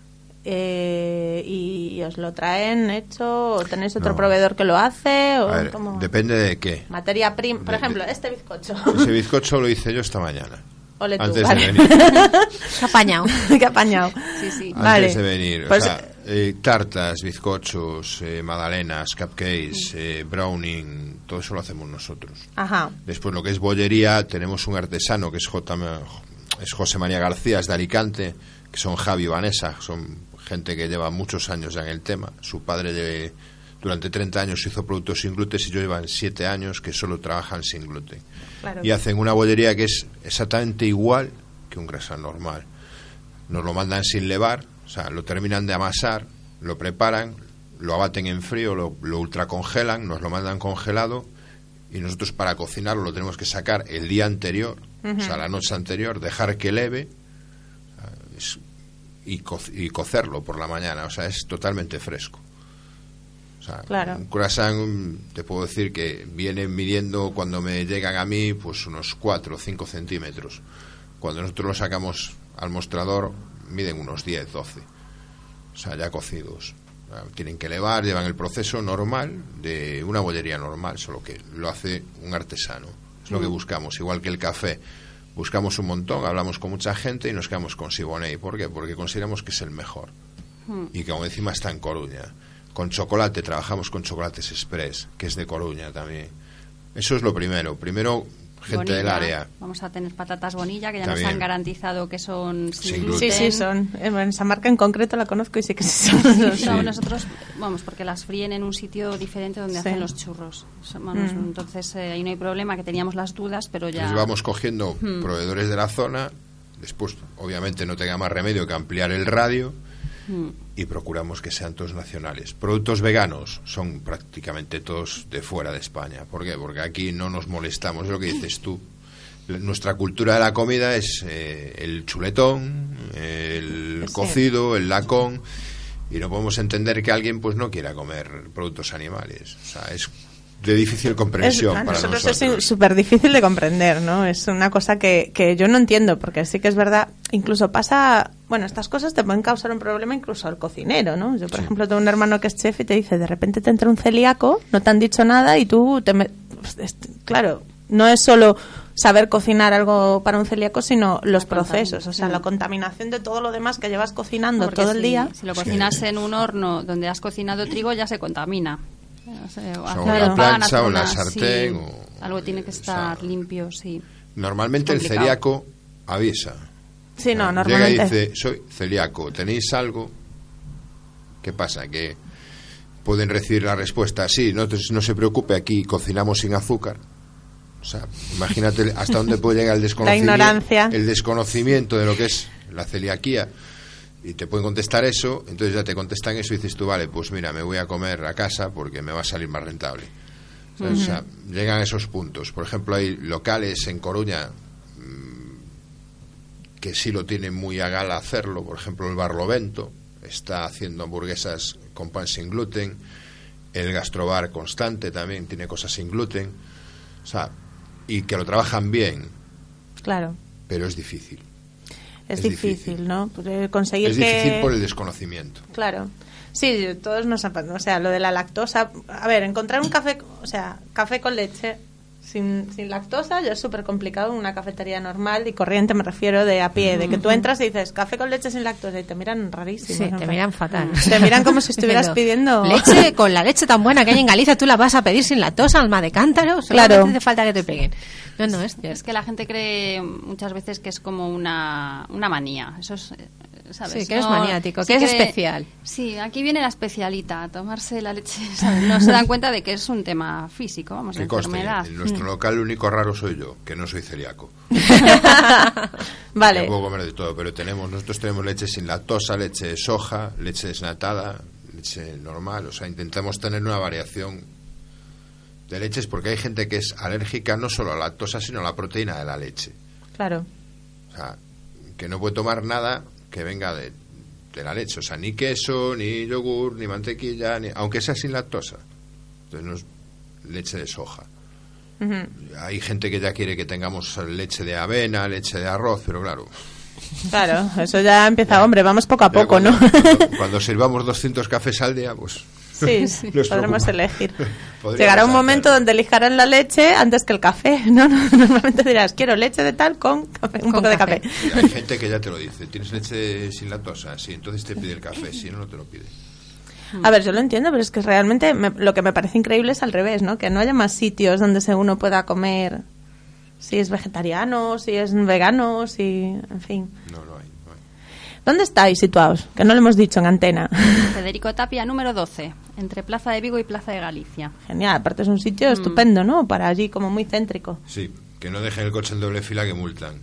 Speaker 2: y os lo traen hecho o tenéis otro proveedor que lo hace? O ¿cómo?
Speaker 5: Depende de qué.
Speaker 2: Materia prima, por ejemplo, este bizcocho.
Speaker 5: Ese bizcocho lo hice yo esta mañana.
Speaker 2: Ole tú,
Speaker 5: antes
Speaker 2: vale.
Speaker 5: de venir.
Speaker 3: Qué apañado.
Speaker 2: Qué apañado.
Speaker 4: Sí.
Speaker 2: Vale.
Speaker 5: Antes de venir.
Speaker 2: Pues,
Speaker 5: o sea, tartas, bizcochos, magdalenas, cupcakes, browning, todo eso lo hacemos nosotros.
Speaker 2: Ajá.
Speaker 5: Después lo que es bollería, tenemos un artesano que es José María García, es de Alicante, que son Javi y Vanessa, son gente que lleva muchos años ya en el tema. Su padre durante 30 años hizo productos sin gluten y yo llevan 7 años que solo trabajan sin gluten.
Speaker 2: Claro.
Speaker 5: Y hacen una bollería que es exactamente igual que un croissant normal. Nos lo mandan sin levar, o sea, lo terminan de amasar, lo preparan, lo abaten en frío, lo ultracongelan, nos lo mandan congelado y nosotros para cocinarlo lo tenemos que sacar el día anterior, o sea, la noche anterior, dejar que leve y cocerlo por la mañana, o sea, es totalmente fresco. O sea,
Speaker 2: claro.
Speaker 5: Un croissant, te puedo decir que vienen midiendo cuando me llegan a mí pues unos 4 o 5 centímetros. Cuando nosotros lo sacamos al mostrador miden unos 10, 12. O sea, ya cocidos. Tienen que elevar, llevan el proceso normal de una bollería normal, solo que lo hace un artesano. Es lo que buscamos, igual que el café. Buscamos un montón, hablamos con mucha gente y nos quedamos con Siboney. ¿Por qué? Porque consideramos que es el mejor. Y que aún encima está en Coruña. Con chocolate, trabajamos con chocolates express, que es de Coruña también. Eso es lo primero. Primero, gente
Speaker 4: Bonilla,
Speaker 5: del área.
Speaker 4: Vamos a tener patatas Bonilla, que ya
Speaker 5: También.
Speaker 4: nos han garantizado que son sin
Speaker 5: gluten.
Speaker 2: Sí, son. Esa marca en concreto la conozco y sé que son.
Speaker 4: No, nosotros, vamos, porque las fríen en un sitio diferente donde hacen los churros. Vamos, entonces ahí no hay problema, que teníamos las dudas, pero ya...
Speaker 5: Nos vamos cogiendo proveedores de la zona, después obviamente no tenga más remedio que ampliar el radio y procuramos que sean todos nacionales. Productos veganos son prácticamente todos de fuera de España. ¿Por qué? Porque aquí no nos molestamos, es lo que dices tú. Nuestra cultura de la comida es el chuletón, el cocido, el lacón, y no podemos entender que alguien pues no quiera comer productos animales. O sea, es de difícil comprensión para nosotros.
Speaker 2: Es súper difícil de comprender, ¿no? Es una cosa que yo no entiendo, porque sí que es verdad, incluso pasa bueno, estas cosas te pueden causar un problema incluso al cocinero, ¿no? Yo, por ejemplo, tengo un hermano que es chef y te dice, de repente te entra un celíaco, no te han dicho nada y tú claro, no es solo saber cocinar algo para un celíaco, sino los procesos, o sea, la contaminación de todo lo demás que llevas cocinando todo el día.
Speaker 4: Si lo cocinas en un horno donde has cocinado trigo, ya se contamina.
Speaker 5: O la plancha o la sartén.
Speaker 4: Algo tiene que estar limpio, sí.
Speaker 5: Normalmente el celíaco avisa.
Speaker 2: Sí, no,
Speaker 5: normalmente. Llega y
Speaker 2: normalmente.
Speaker 5: dice, soy celíaco, ¿tenéis algo? ¿Qué pasa? Que pueden recibir la respuesta, sí, no se preocupe, aquí cocinamos sin azúcar. O sea, imagínate hasta dónde puede llegar el desconocimiento.
Speaker 2: La ignorancia.
Speaker 5: El desconocimiento de lo que es la celiaquía. Y te pueden contestar eso, entonces ya te contestan eso y dices tú, vale, pues mira, me voy a comer a casa porque me va a salir más rentable. O sea, llegan a esos puntos. Por ejemplo, hay locales en Coruña que sí lo tienen muy a gala hacerlo. Por ejemplo, el Barlovento está haciendo hamburguesas con pan sin gluten. El Gastrobar Constante también tiene cosas sin gluten. O sea, y que lo trabajan bien.
Speaker 2: Claro.
Speaker 5: Pero es difícil.
Speaker 2: Es difícil, ¿no? Conseguir
Speaker 5: es difícil por el desconocimiento.
Speaker 2: Claro. Sí, todos nos han... O sea, lo de la lactosa... A ver, encontrar un café... O sea, café con leche sin lactosa ya es súper complicado en una cafetería normal y corriente, me refiero, de a pie. De que tú entras y dices, café con leche sin lactosa y te miran rarísimo.
Speaker 3: Sí, te miran fatal.
Speaker 2: Te miran como si estuvieras pidiendo...
Speaker 3: Leche, con la leche tan buena que hay en Galicia, tú la vas a pedir sin lactosa, alma de cántaro.
Speaker 2: Claro.
Speaker 3: No hace falta que te peguen. No,
Speaker 4: es que la gente cree muchas veces que es como una manía. Eso es, ¿sabes?
Speaker 3: Sí, que eres maniático, que es especial.
Speaker 4: Sí, aquí viene la especialita, a tomarse la leche, ¿sabes? No se dan cuenta de que es un tema físico, vamos, de enfermedad.
Speaker 5: En nuestro local el único raro soy yo, que no soy celíaco.
Speaker 2: Vale.
Speaker 5: Yo puedo comer de todo, pero nosotros tenemos leche sin lactosa, leche de soja, leche desnatada, leche normal, o sea, intentamos tener una variación de leches, porque hay gente que es alérgica no solo a la lactosa, sino a la proteína de la leche.
Speaker 2: Claro.
Speaker 5: O sea, que no puede tomar nada que venga de la leche, o sea, ni queso, ni yogur, ni mantequilla, aunque sea sin lactosa. Entonces no es leche de soja. Hay gente que ya quiere que tengamos leche de avena, leche de arroz, pero claro.
Speaker 2: Claro, eso ya empieza, hombre, vamos poco a poco, ¿no?
Speaker 5: Cuando sirvamos 200 cafés al día, pues...
Speaker 2: Sí, podremos elegir. Llegará un momento donde elijarán la leche antes que el café, ¿no? Normalmente dirás, quiero leche de tal con café, un poco de café.
Speaker 5: Y hay gente que ya te lo dice, ¿tienes leche sin lactosa? Sí, entonces te pide el café, si no, no te lo pide.
Speaker 2: A ver, yo lo entiendo, pero es que realmente lo que me parece increíble es al revés, ¿no? Que no haya más sitios donde uno pueda comer, si es vegetariano, si es vegano, en fin.
Speaker 5: No hay.
Speaker 2: ¿Dónde estáis situados? Que no lo hemos dicho en antena.
Speaker 4: Federico Tapia, número 12, entre Plaza de Vigo y Plaza de Galicia.
Speaker 2: Genial, aparte es un sitio estupendo, ¿no? Para allí, como muy céntrico.
Speaker 5: Sí, que no dejen el coche en doble fila que multan.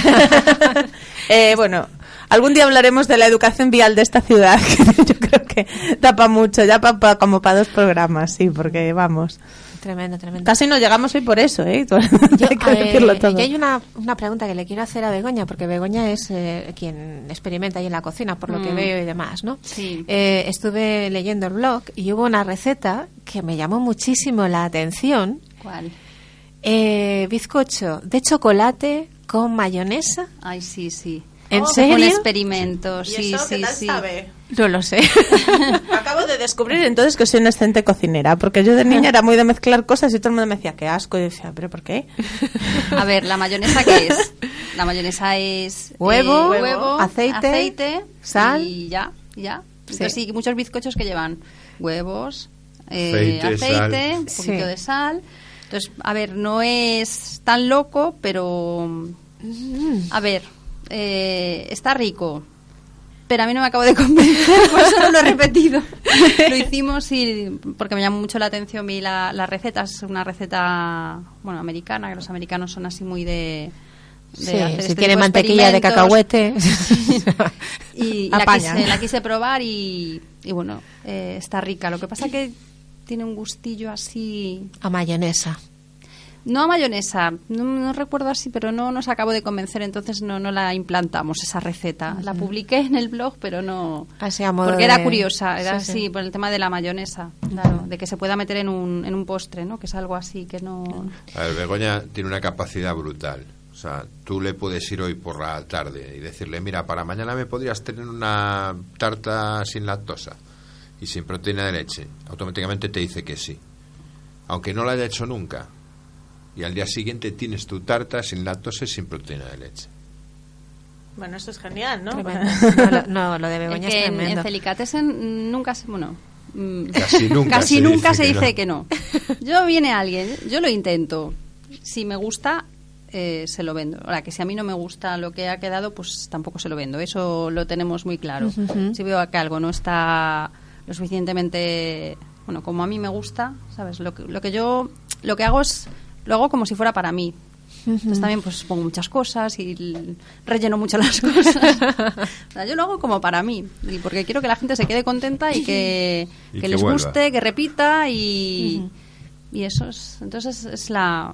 Speaker 2: Bueno, algún día hablaremos de la educación vial de esta ciudad, que yo creo que tapa mucho, ya como para 2 programas, sí, porque vamos...
Speaker 3: Tremendo.
Speaker 2: Casi no llegamos hoy por eso, ¿eh? Hay que decirlo todo.
Speaker 3: Y hay una pregunta que le quiero hacer a Begoña, porque Begoña es quien experimenta ahí en la cocina, por lo que veo y demás, ¿no?
Speaker 4: Sí.
Speaker 3: Estuve leyendo el blog y hubo una receta que me llamó muchísimo la atención.
Speaker 4: ¿Cuál?
Speaker 3: Bizcocho de chocolate con mayonesa.
Speaker 4: Ay, sí.
Speaker 3: ¿En serio?
Speaker 4: Un experimento,
Speaker 2: ¿Y
Speaker 4: sí,
Speaker 2: eso qué tal
Speaker 4: sí.
Speaker 2: sabe?
Speaker 3: No lo sé.
Speaker 2: Acabo de descubrir entonces que soy una excelente cocinera, porque yo de niña era muy de mezclar cosas y todo el mundo me decía, qué asco, y yo decía, ¿pero por qué?
Speaker 4: A ver, ¿la mayonesa qué es? La mayonesa es
Speaker 3: huevo,
Speaker 4: aceite,
Speaker 3: sal
Speaker 4: y ya. Entonces
Speaker 3: Sí.
Speaker 4: sí, muchos bizcochos que llevan huevos,
Speaker 5: Aceite, sal.
Speaker 4: un poquito
Speaker 3: Sí.
Speaker 4: de sal. Entonces, a ver, no es tan loco, pero a ver, está rico. Pero a mí no me acabo de convencer, por eso no lo he repetido. Lo hicimos porque me llamó mucho la atención. Vi la receta, es una receta, bueno, americana, que los americanos son así muy de
Speaker 3: Sí,
Speaker 4: hacer
Speaker 3: si
Speaker 4: este
Speaker 3: tiene
Speaker 4: tipo
Speaker 3: mantequilla de cacahuete.
Speaker 4: y
Speaker 3: apañan.
Speaker 4: la quise probar y bueno, está rica. Lo que pasa que tiene un gustillo así...
Speaker 3: A mayonesa.
Speaker 4: No a mayonesa, no recuerdo así, pero no nos acabo de convencer, entonces no la implantamos esa receta. La publiqué en el blog, pero no...
Speaker 3: Así a modo
Speaker 4: porque era
Speaker 3: de-
Speaker 4: curiosa, era
Speaker 3: sí,
Speaker 4: así,
Speaker 3: sí.
Speaker 4: por el tema de la mayonesa, claro, de que se pueda meter en un postre, ¿no? Que es algo así que no...
Speaker 5: A ver, Begoña tiene una capacidad brutal. O sea, tú le puedes ir hoy por la tarde y decirle, mira, para mañana me podrías tener una tarta sin lactosa y sin proteína de leche. Automáticamente te dice que sí, aunque no la haya hecho nunca. Y al día siguiente tienes tu tarta sin lactosa y sin proteína de leche.
Speaker 2: Bueno, eso es genial, ¿no?
Speaker 3: No, lo de Begoña es tremendo.
Speaker 4: En Delicatessen nunca se... Bueno,
Speaker 5: Casi nunca
Speaker 4: se dice que no. Yo viene alguien, yo lo intento. Si me gusta, se lo vendo. Ahora, que si a mí no me gusta lo que ha quedado, pues tampoco se lo vendo. Eso lo tenemos muy claro. Si veo que algo no está lo suficientemente... Bueno, como a mí me gusta, ¿sabes? Lo que hago es... Lo hago como si fuera para mí. Entonces también pues pongo muchas cosas y relleno mucho las cosas. O sea, yo lo hago como para mí, y porque quiero que la gente se quede contenta y que les
Speaker 5: vuelva.
Speaker 4: guste, que repita y eso es... Entonces es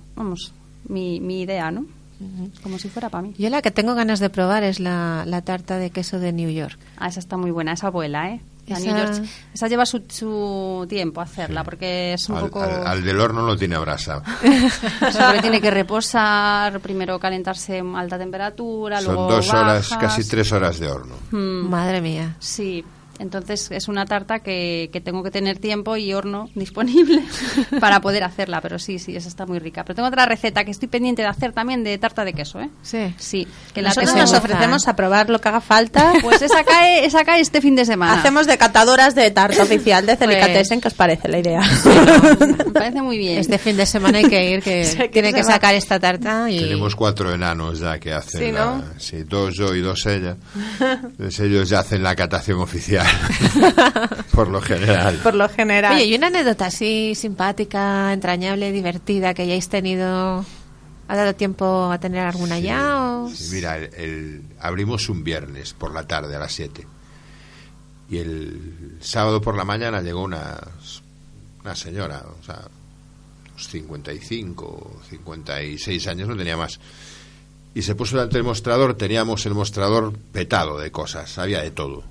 Speaker 4: mi idea, ¿no? Como si fuera para mí.
Speaker 3: Yo la que tengo ganas de probar es la tarta de queso de New York.
Speaker 4: Ah, esa está muy buena, esa abuela, ¿eh?
Speaker 3: Esa
Speaker 4: Lleva su tiempo hacerla, porque es un poco...
Speaker 5: Al del horno lo tiene abrasado.
Speaker 4: Porque tiene que reposar, primero calentarse a alta temperatura,
Speaker 5: Son
Speaker 4: luego
Speaker 5: 2 horas,
Speaker 4: bajas.
Speaker 5: casi 3 horas de horno.
Speaker 3: Madre mía.
Speaker 4: Sí, entonces es una tarta que tengo que tener tiempo y horno disponible para poder hacerla, pero sí, esa está muy rica. Pero tengo otra receta que estoy pendiente de hacer también de tarta de queso, ¿eh?
Speaker 3: Sí.
Speaker 4: Que la
Speaker 2: Nosotros
Speaker 4: tengo...
Speaker 2: nos ofrecemos a probar lo que haga falta.
Speaker 4: Pues esa cae este fin de semana.
Speaker 2: Hacemos de catadoras de tarta oficial de Delicatessen. ¿Qué os parece la idea?
Speaker 4: Me parece muy bien.
Speaker 3: Este fin de semana hay que ir, que
Speaker 2: Sí, que
Speaker 3: tiene que
Speaker 2: se va.
Speaker 3: sacar esta tarta y...
Speaker 5: Tenemos 4 enanos ya que hacen
Speaker 2: Sí, ¿no?
Speaker 5: sí, 2 yo y 2 ella. Entonces ellos ya hacen la catación oficial. Por lo general.
Speaker 2: Por lo general.
Speaker 3: Oye, ¿y una anécdota así simpática, entrañable, divertida que hayáis tenido? ¿Ha dado tiempo a tener alguna
Speaker 5: Sí,
Speaker 3: ya? O...
Speaker 5: sí, mira, abrimos un viernes por la tarde a las 7 y el sábado por la mañana llegó una señora, o sea, unos 55, 56 años, no tenía más, y se puso delante del mostrador. Teníamos el mostrador petado de cosas, había de todo.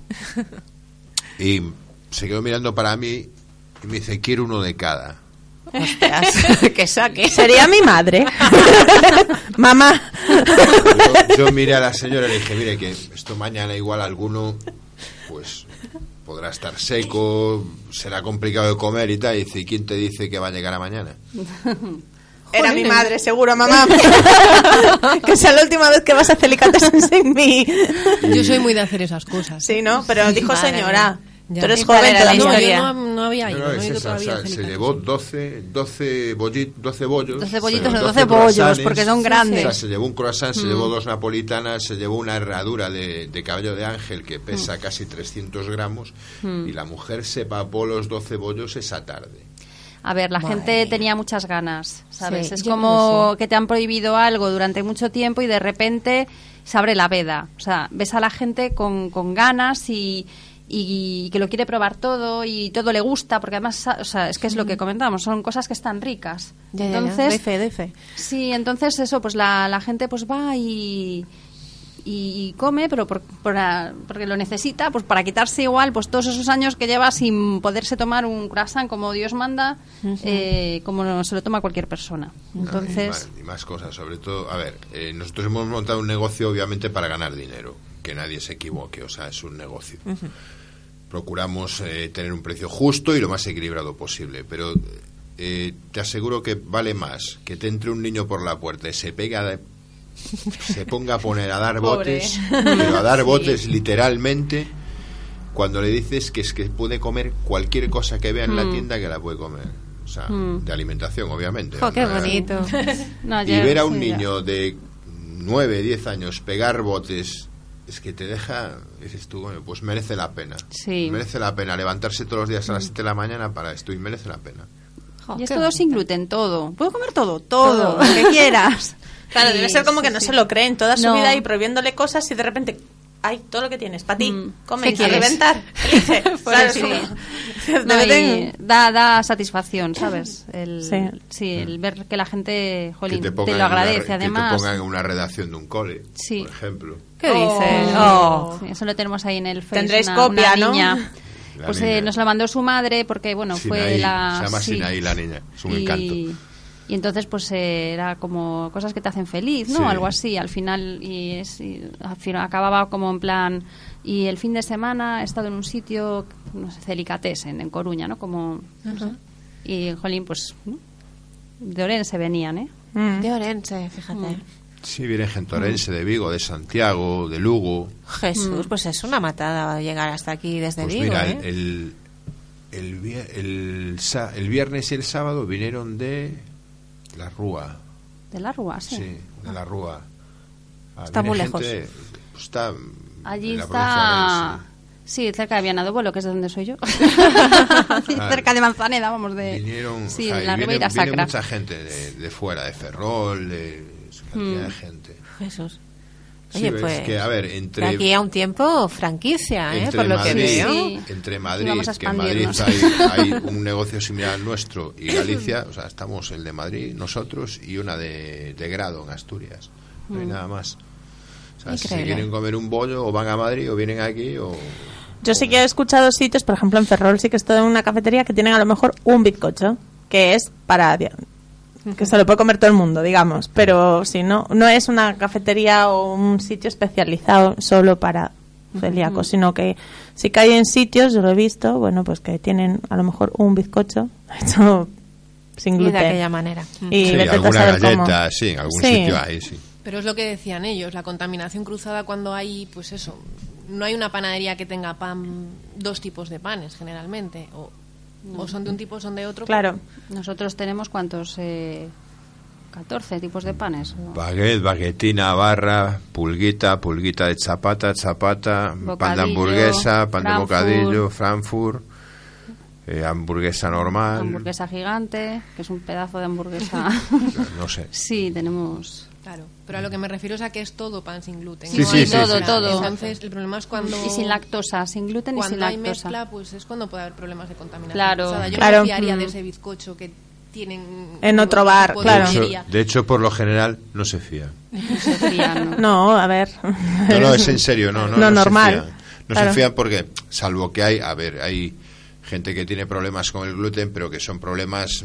Speaker 5: Y se quedó mirando para mí y me dice, quiero uno de cada.
Speaker 3: Hostias, que saque.
Speaker 2: Sería mi madre. Mamá.
Speaker 5: Yo miré a la señora y le dije, mire, que esto mañana igual alguno pues podrá estar seco, será complicado de comer y tal. Y dice, ¿y quién te dice que va a llegar a mañana?
Speaker 2: Era mi madre, seguro, mamá. Que sea la última vez que vas a Delicatessen sin mí.
Speaker 6: Yo soy muy de hacer esas cosas.
Speaker 2: Sí, ¿no? Pero dijo
Speaker 3: Madre
Speaker 2: señora.
Speaker 6: mía. Ya.
Speaker 2: Tú eres
Speaker 3: ¿Y cuál
Speaker 2: joven
Speaker 3: era la
Speaker 2: todavía.
Speaker 6: No,
Speaker 3: historia?
Speaker 6: yo no había ido,
Speaker 5: No,
Speaker 6: no he
Speaker 5: es
Speaker 6: ido
Speaker 5: esa,
Speaker 6: todavía
Speaker 5: o
Speaker 6: a
Speaker 5: sea, se
Speaker 6: Delicatessen.
Speaker 5: llevó 12 bollitos, 12 bollos.
Speaker 4: 12 bollitos,
Speaker 5: bueno,
Speaker 4: 12 bollos,
Speaker 5: croissants.
Speaker 4: porque son
Speaker 5: O
Speaker 4: grandes.
Speaker 5: sea, se llevó un croissant, se llevó 2 napolitanas, se llevó una herradura de cabello de ángel que pesa casi 300 gramos y la mujer se papó los 12 bollos esa tarde.
Speaker 4: A ver, la
Speaker 3: Madre
Speaker 4: gente
Speaker 3: mía.
Speaker 4: tenía muchas ganas, ¿sabes?
Speaker 3: Sí,
Speaker 4: es
Speaker 3: yo
Speaker 4: como
Speaker 3: creo que
Speaker 4: que te han prohibido algo durante mucho tiempo y de repente se abre la veda. O sea, ves a la gente con ganas y que lo quiere probar todo y todo le gusta, porque además, o sea, es que es lo que comentábamos, son cosas que están ricas.
Speaker 3: Ya.
Speaker 4: Entonces,
Speaker 3: Doy fe.
Speaker 4: sí, entonces eso, pues la gente pues va y come, pero porque lo necesita, pues para quitarse igual pues todos esos años que lleva sin poderse tomar un croissant como Dios manda, como no se lo toma cualquier persona. Entonces,
Speaker 5: Y más cosas, sobre todo, a ver, nosotros hemos montado un negocio obviamente para ganar dinero, que nadie se equivoque, o sea, es un negocio. Procuramos tener un precio justo y lo más equilibrado posible, pero te aseguro que vale más que te entre un niño por la puerta y se ponga a poner a dar
Speaker 2: Pobre.
Speaker 5: botes, pero a dar botes literalmente, cuando le dices que es que puede comer cualquier cosa que vea en la tienda, que la puede comer. O sea, de alimentación, obviamente.
Speaker 3: Jo, qué
Speaker 5: O sea,
Speaker 3: bonito.
Speaker 4: no,
Speaker 5: y
Speaker 4: ya-
Speaker 5: ver a un
Speaker 4: sí, ya.
Speaker 5: niño de 9, 10 años pegar botes, es que te deja, dices tú, bueno, pues merece la pena.
Speaker 4: Sí.
Speaker 5: Merece la pena levantarse todos los días a las 7 de la mañana para esto, y merece la pena.
Speaker 3: Jo,
Speaker 4: Y es
Speaker 3: qué
Speaker 4: todo
Speaker 3: bonito.
Speaker 4: sin gluten, todo. Puedo comer todo, lo que quieras.
Speaker 2: Claro,
Speaker 4: Sí,
Speaker 2: debe ser como que no
Speaker 4: sí.
Speaker 2: se lo creen toda su
Speaker 4: No.
Speaker 2: vida y prohibiéndole cosas y de repente, ay, todo lo que tienes, para ti, come,
Speaker 3: ¿Qué
Speaker 2: a
Speaker 3: quieres?
Speaker 2: reventar, elige.
Speaker 4: Por
Speaker 2: ¿Sabes?
Speaker 4: eso.
Speaker 2: Como-
Speaker 4: No,
Speaker 2: Debe
Speaker 4: y da satisfacción, ¿sabes?
Speaker 2: Sí.
Speaker 4: El ver que la gente, jolín,
Speaker 5: Que
Speaker 4: te lo agradece, además.
Speaker 5: Que te pongan en una redacción de un cole,
Speaker 4: Sí.
Speaker 5: por ejemplo.
Speaker 3: ¿Qué dices?
Speaker 2: Oh.
Speaker 4: Sí, eso lo tenemos ahí en el Facebook.
Speaker 2: Tendréis
Speaker 4: una
Speaker 2: copia, ¿no?
Speaker 4: niña.
Speaker 5: La
Speaker 4: Pues
Speaker 5: niña.
Speaker 4: nos la mandó su madre porque, bueno, fue
Speaker 5: Sinaí,
Speaker 4: la...
Speaker 5: se llama
Speaker 4: sí.
Speaker 5: Sinaí la niña, es un encanto.
Speaker 4: Y entonces pues era como cosas que te hacen feliz, ¿no?
Speaker 5: Sí.
Speaker 4: Algo así, al final al final acababa como en plan, y el fin de semana he estado en un sitio, no sé, Celicatessen, en Coruña, ¿no? Como, no sé. Y, jolín, pues, ¿no? De Orense venían, ¿eh?
Speaker 3: De Orense, fíjate.
Speaker 5: Sí, viene gente orense, de Vigo, de Santiago, de Lugo.
Speaker 3: Jesús, pues es una matada llegar hasta aquí desde
Speaker 5: Pues
Speaker 3: Vigo,
Speaker 5: mira,
Speaker 3: ¿eh?
Speaker 5: el viernes y el sábado vinieron de La Rúa.
Speaker 4: De la Rúa, sí.
Speaker 5: Sí, de La Rúa.
Speaker 3: Está
Speaker 5: viene
Speaker 3: muy lejos.
Speaker 5: Pues está
Speaker 4: Allí
Speaker 5: en la
Speaker 4: está...
Speaker 5: provincia de Orense.
Speaker 4: Sí, cerca de Viana do Bolo, que es de donde soy yo.
Speaker 5: Claro.
Speaker 4: Cerca de Manzaneda, vamos, de...
Speaker 5: Vinieron,
Speaker 4: Sí,
Speaker 5: o sea,
Speaker 4: de la
Speaker 5: y viene
Speaker 4: Ribeira Sacra.
Speaker 5: mucha gente de fuera, de Ferrol, de cantidad de gente.
Speaker 3: Jesús.
Speaker 5: Sí,
Speaker 3: Oye,
Speaker 5: ves
Speaker 3: pues
Speaker 5: que, a ver,
Speaker 3: de aquí a un tiempo franquicia,
Speaker 5: entre
Speaker 3: por lo
Speaker 5: Madrid,
Speaker 3: que veo.
Speaker 4: Sí.
Speaker 5: entre
Speaker 4: Y
Speaker 5: Madrid,
Speaker 4: vamos a
Speaker 5: que en Madrid
Speaker 4: expandirnos.
Speaker 5: hay un negocio similar al nuestro, y Galicia, o sea, estamos el de Madrid, nosotros, y una de Grado, en Asturias. No hay nada más. O sea, si se
Speaker 3: Increíble.
Speaker 5: quieren comer un bollo, o van a Madrid, o vienen aquí, o...
Speaker 2: Yo sí que he escuchado sitios, por ejemplo en Ferrol sí que he estado en una cafetería que tienen a lo mejor un bizcocho, que es para... que se lo puede comer todo el mundo, digamos, pero si no es una cafetería o un sitio especializado solo para celíacos, sino que sí que hay en sitios, yo lo he visto, bueno, pues que tienen a lo mejor un bizcocho hecho sin
Speaker 3: Y de
Speaker 2: gluten.
Speaker 3: aquella manera.
Speaker 2: Y
Speaker 5: Sí,
Speaker 2: vete a
Speaker 5: alguna
Speaker 2: saber cómo.
Speaker 5: galleta, sí, en algún
Speaker 2: Sí.
Speaker 5: sitio hay, sí.
Speaker 6: Pero es lo que decían ellos, la contaminación cruzada cuando hay, pues eso, no hay una panadería que tenga pan, dos tipos de panes generalmente, o son de un tipo o son de otro.
Speaker 2: Claro.
Speaker 4: Nosotros tenemos, ¿cuántos? 14 tipos de panes.
Speaker 5: Baguette, baguetina, barra, pulguita de chapata, pan de
Speaker 4: Bocadillo,
Speaker 5: hamburguesa, pan de
Speaker 4: Frankfurt.
Speaker 5: bocadillo, Frankfurt, hamburguesa normal,
Speaker 4: Hamburguesa gigante, que es un pedazo de hamburguesa.
Speaker 5: no sé.
Speaker 4: Sí, tenemos...
Speaker 6: Claro, pero a lo que me refiero es a que es todo pan sin gluten.
Speaker 5: Sí, sí, sí,
Speaker 4: todo,
Speaker 5: sí.
Speaker 4: todo.
Speaker 6: Entonces, el problema es cuando...
Speaker 4: Y sin lactosa, sin gluten y
Speaker 6: Cuando
Speaker 4: sin
Speaker 6: hay
Speaker 4: lactosa.
Speaker 6: mezcla, pues es cuando puede haber problemas de contaminación
Speaker 4: Claro.
Speaker 6: cruzada. Yo
Speaker 2: Claro.
Speaker 6: no me fiaría de
Speaker 2: Mm.
Speaker 6: ese bizcocho que tienen...
Speaker 2: En otro bar,
Speaker 6: tipo
Speaker 2: claro.
Speaker 6: bollería.
Speaker 5: De hecho, por lo general, no se fía.
Speaker 4: Se frían, ¿no?
Speaker 2: No, a ver.
Speaker 5: No, es en serio, no
Speaker 2: normal.
Speaker 5: se fían. No
Speaker 2: Claro.
Speaker 5: se fían porque, salvo que hay gente que tiene problemas con el gluten, pero que son problemas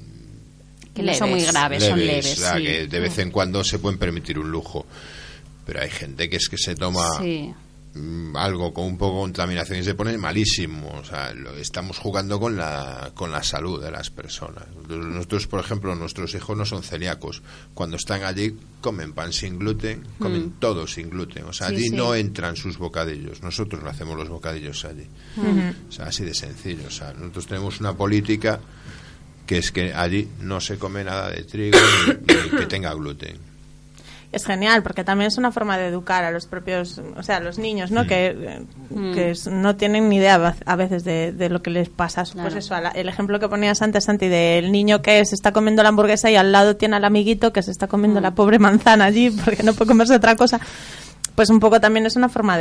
Speaker 4: Que no son muy graves, son leves.
Speaker 5: o sea,
Speaker 4: Sí.
Speaker 5: que de vez en cuando se pueden permitir un lujo. Pero hay gente que es que se toma
Speaker 4: Sí.
Speaker 5: algo con un poco de contaminación y se pone malísimo. O sea, estamos jugando con la salud de las personas. Nosotros, por ejemplo, nuestros hijos no son celíacos. Cuando están allí comen pan sin gluten, comen todo sin gluten. O sea,
Speaker 4: Sí,
Speaker 5: allí
Speaker 4: sí.
Speaker 5: no entran sus bocadillos. Nosotros no hacemos los bocadillos allí. O sea, así de sencillo. O sea, nosotros tenemos una política que es que allí no se come nada de trigo ni que tenga gluten.
Speaker 2: Es genial, porque también es una forma de educar a los propios, o sea, a los niños, ¿no? Que no tienen ni idea a veces de lo que les pasa. Pues
Speaker 4: Claro.
Speaker 2: eso, el ejemplo que ponías antes, Santi, del niño que se está comiendo la hamburguesa y al lado tiene al amiguito que se está comiendo la pobre manzana allí porque no puede comerse otra cosa. Pues un poco también es una forma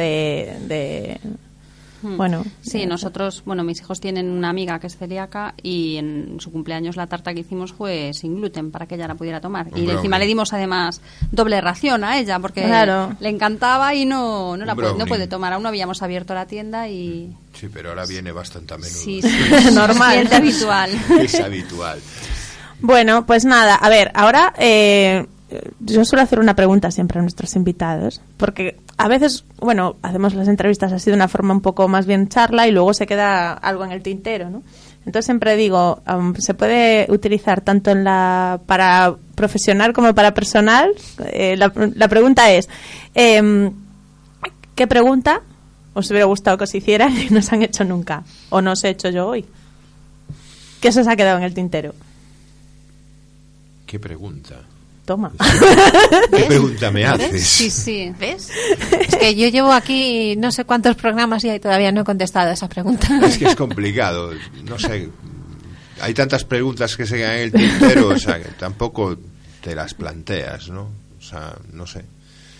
Speaker 2: de bueno.
Speaker 4: Sí, nosotros, bueno, mis hijos tienen una amiga que es celíaca y en su cumpleaños la tarta que hicimos fue sin gluten para que ella la pudiera tomar. Y
Speaker 5: brownie.
Speaker 4: encima le dimos además doble ración a ella porque
Speaker 2: Claro.
Speaker 4: le encantaba y no
Speaker 5: brownie.
Speaker 4: puede tomar. Aún no habíamos abierto la tienda y...
Speaker 5: Sí, pero ahora viene bastante a menudo.
Speaker 4: Sí, sí.
Speaker 2: Normal.
Speaker 4: Cliente habitual.
Speaker 5: Es habitual.
Speaker 2: Bueno, pues nada, a ver, ahora yo suelo hacer una pregunta siempre a nuestros invitados, porque a veces, bueno, hacemos las entrevistas así de una forma un poco más bien charla y luego se queda algo en el tintero, ¿no? Entonces siempre digo, se puede utilizar tanto para profesional como para personal. La pregunta es, ¿qué pregunta os hubiera gustado que os hicieran y no os han hecho nunca? ¿O no os he hecho yo hoy? ¿Qué se os ha quedado en el tintero?
Speaker 5: ¿Qué pregunta?
Speaker 2: Toma.
Speaker 5: ¿Qué pregunta me haces?
Speaker 4: Sí, sí.
Speaker 3: ¿Ves? Es que yo llevo aquí no sé cuántos programas y todavía no he contestado a esa pregunta.
Speaker 5: Es que es complicado. No sé. Hay tantas preguntas que se quedan en el tintero, o sea, que tampoco te las planteas, ¿no? O sea, no sé.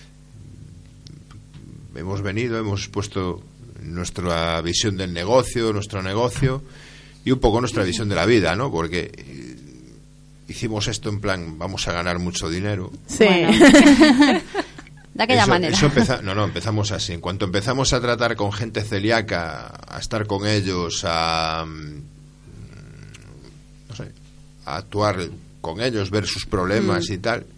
Speaker 5: Hemos venido, hemos puesto nuestra visión del negocio, nuestro negocio y un poco nuestra visión de la vida, ¿no? Porque hicimos esto en plan, vamos a ganar mucho dinero.
Speaker 2: Sí.
Speaker 4: Bueno. De aquella manera.
Speaker 5: Empezamos así. En cuanto empezamos a tratar con gente celíaca, a estar con ellos, a actuar con ellos, ver sus problemas y tal.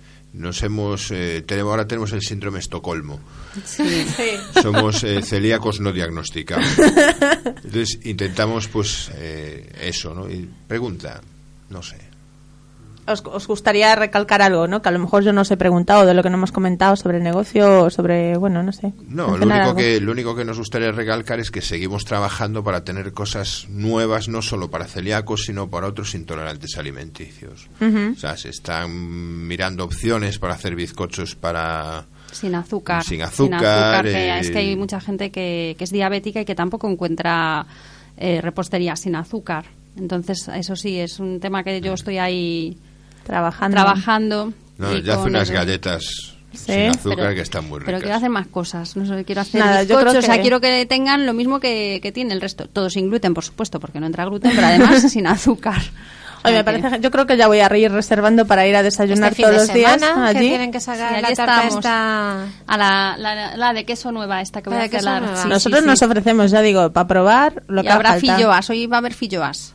Speaker 5: Ahora tenemos el síndrome Estocolmo.
Speaker 4: Sí.
Speaker 5: Somos celíacos no diagnosticados. Entonces intentamos pues eso, ¿no? Y pregunta, no sé.
Speaker 2: Os gustaría recalcar algo, ¿no? Que a lo mejor yo no os he preguntado de lo que no hemos comentado sobre el negocio o sobre, bueno, no sé.
Speaker 5: No, lo único que nos gustaría recalcar es que seguimos trabajando para tener cosas nuevas, no solo para celíacos, sino para otros intolerantes alimenticios. O sea, se están mirando opciones para hacer bizcochos para...
Speaker 4: Sin azúcar.
Speaker 5: Que
Speaker 4: es que hay mucha gente que es diabética y que tampoco encuentra repostería sin azúcar. Entonces, eso sí, es un tema que yo estoy ahí... Trabajando.
Speaker 5: No, ya hace unas galletas sin azúcar que están muy ricas.
Speaker 4: Pero quiero hacer más cosas. No sé, quiero hacer bizcochos. O sea, quiero que tengan lo mismo que tiene el resto. Todo sin gluten, por supuesto, porque no entra gluten, pero además sin azúcar.
Speaker 2: Oye, me parece, yo creo que ya voy a ir reservando para ir a desayunar todos los días allí.
Speaker 3: Que tienen que sacar la tarta esta...
Speaker 4: a la de queso nueva, esta que voy a hacer.
Speaker 2: Nosotros nos ofrecemos, ya digo, para probar lo que
Speaker 4: habrá filloas. Hoy va a haber filloas.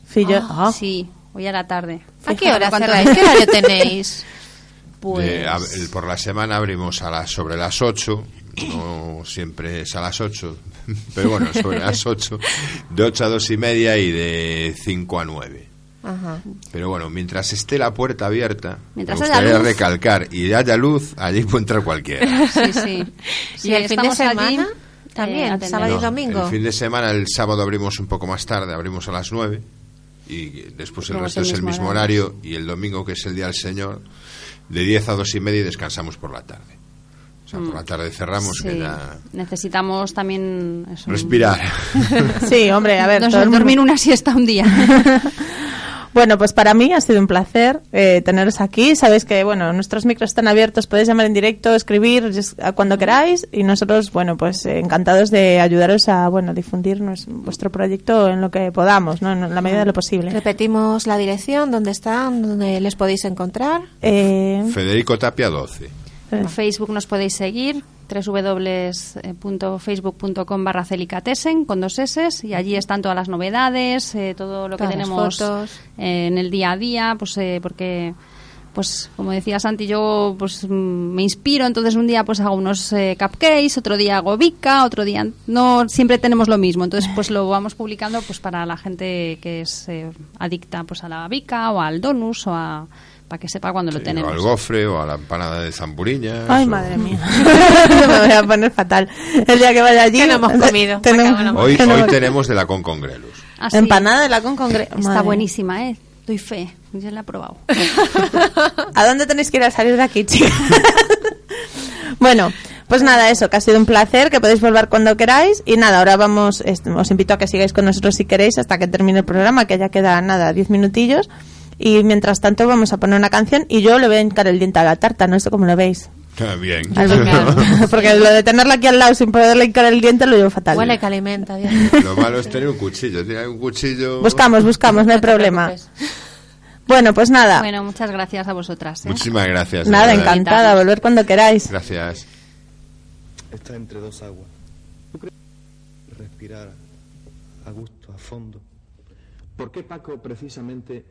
Speaker 2: Sí.
Speaker 4: Hoy a la tarde.
Speaker 3: ¿A qué hora cerráis? ¿Qué horario tenéis?
Speaker 5: Pues... por la semana abrimos sobre las 8, no siempre es a las 8, pero bueno, sobre las 8, de 8 a 2:30 y de 5 a 9.
Speaker 3: Ajá.
Speaker 5: Pero bueno, mientras esté la puerta abierta,
Speaker 4: mientras
Speaker 5: me gustaría recalcar, y haya luz, allí puede entrar cualquiera.
Speaker 4: Sí.
Speaker 3: ¿Y el fin de semana? Allí, también, sábado y domingo.
Speaker 5: El fin de semana, el sábado abrimos un poco más tarde, abrimos a las 9. Y después el resto es el mismo horario. Y el domingo, que es el Día del Señor, de 10 a 2:30 y descansamos por la tarde. O sea, por la tarde cerramos.
Speaker 4: Sí.
Speaker 5: Que ya...
Speaker 4: Necesitamos también eso,
Speaker 5: respirar.
Speaker 2: Sí, hombre, a ver,
Speaker 4: dormir una siesta un día.
Speaker 2: Bueno, pues para mí ha sido un placer teneros aquí. Sabéis que, bueno, nuestros micros están abiertos, podéis llamar en directo, escribir cuando queráis, y nosotros, bueno, pues encantados de ayudaros a, bueno, difundir vuestro proyecto en lo que podamos, ¿no? En la medida de lo posible.
Speaker 3: Repetimos la dirección, dónde están, dónde les podéis encontrar.
Speaker 5: Federico Tapia 12.
Speaker 4: En Facebook nos podéis seguir, www.facebook.com/celicatessen con 2 S, y allí están todas las novedades, todo lo que tenemos en el día a día, pues porque, pues como decía Santi, yo pues me inspiro, entonces un día pues hago unos cupcakes, otro día hago bica, otro día no siempre tenemos lo mismo, entonces pues lo vamos publicando pues para la gente que es adicta pues a la bica o al donus o a... para que sepa cuándo lo tenemos.
Speaker 5: O al gofre o a la empanada de zamburiñas.
Speaker 2: Ay, madre mía. Me voy a poner fatal. El día que vaya allí...
Speaker 3: Que no hemos comido.
Speaker 5: Hoy tenemos de la Congrelus.
Speaker 4: Sí.
Speaker 2: Empanada de la Congrelus.
Speaker 4: Está buenísima, doy fe. Yo la he probado.
Speaker 2: ¿A dónde tenéis que ir a salir de aquí, chicas? Bueno, pues nada, eso, que ha sido un placer, que podéis volver cuando queráis. Y nada, ahora os invito a que sigáis con nosotros si queréis hasta que termine el programa, que ya queda, 10 minutillos. Y mientras tanto vamos a poner una canción y yo le voy a hincar el diente a la tarta, no sé cómo lo veis.
Speaker 5: Bien.
Speaker 2: Porque lo de tenerla aquí al lado sin poderle hincar el diente lo llevo fatal.
Speaker 3: Huele que alimenta, Dios.
Speaker 5: Lo malo es tener un cuchillo. Tiene un cuchillo...
Speaker 2: Buscamos, no hay problema. Bueno, pues nada.
Speaker 4: Bueno, muchas gracias a vosotras.
Speaker 5: Muchísimas gracias.
Speaker 2: Nada, encantada, volver cuando queráis.
Speaker 5: Gracias.
Speaker 7: Está entre dos aguas. ¿Tú crees respirar a gusto, a fondo? ¿Por qué Paco precisamente...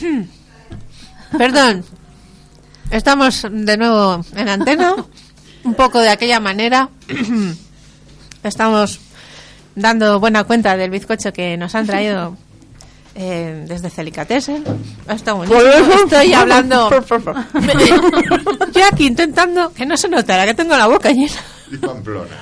Speaker 3: Perdón. Estamos de nuevo en antena. Un poco de aquella manera. Estamos dando buena cuenta del bizcocho que nos han traído desde Celicatessen. Está buenísimo. Estoy hablando. Yo aquí intentando que no se notara que tengo la boca llena.
Speaker 5: Y Pamplona.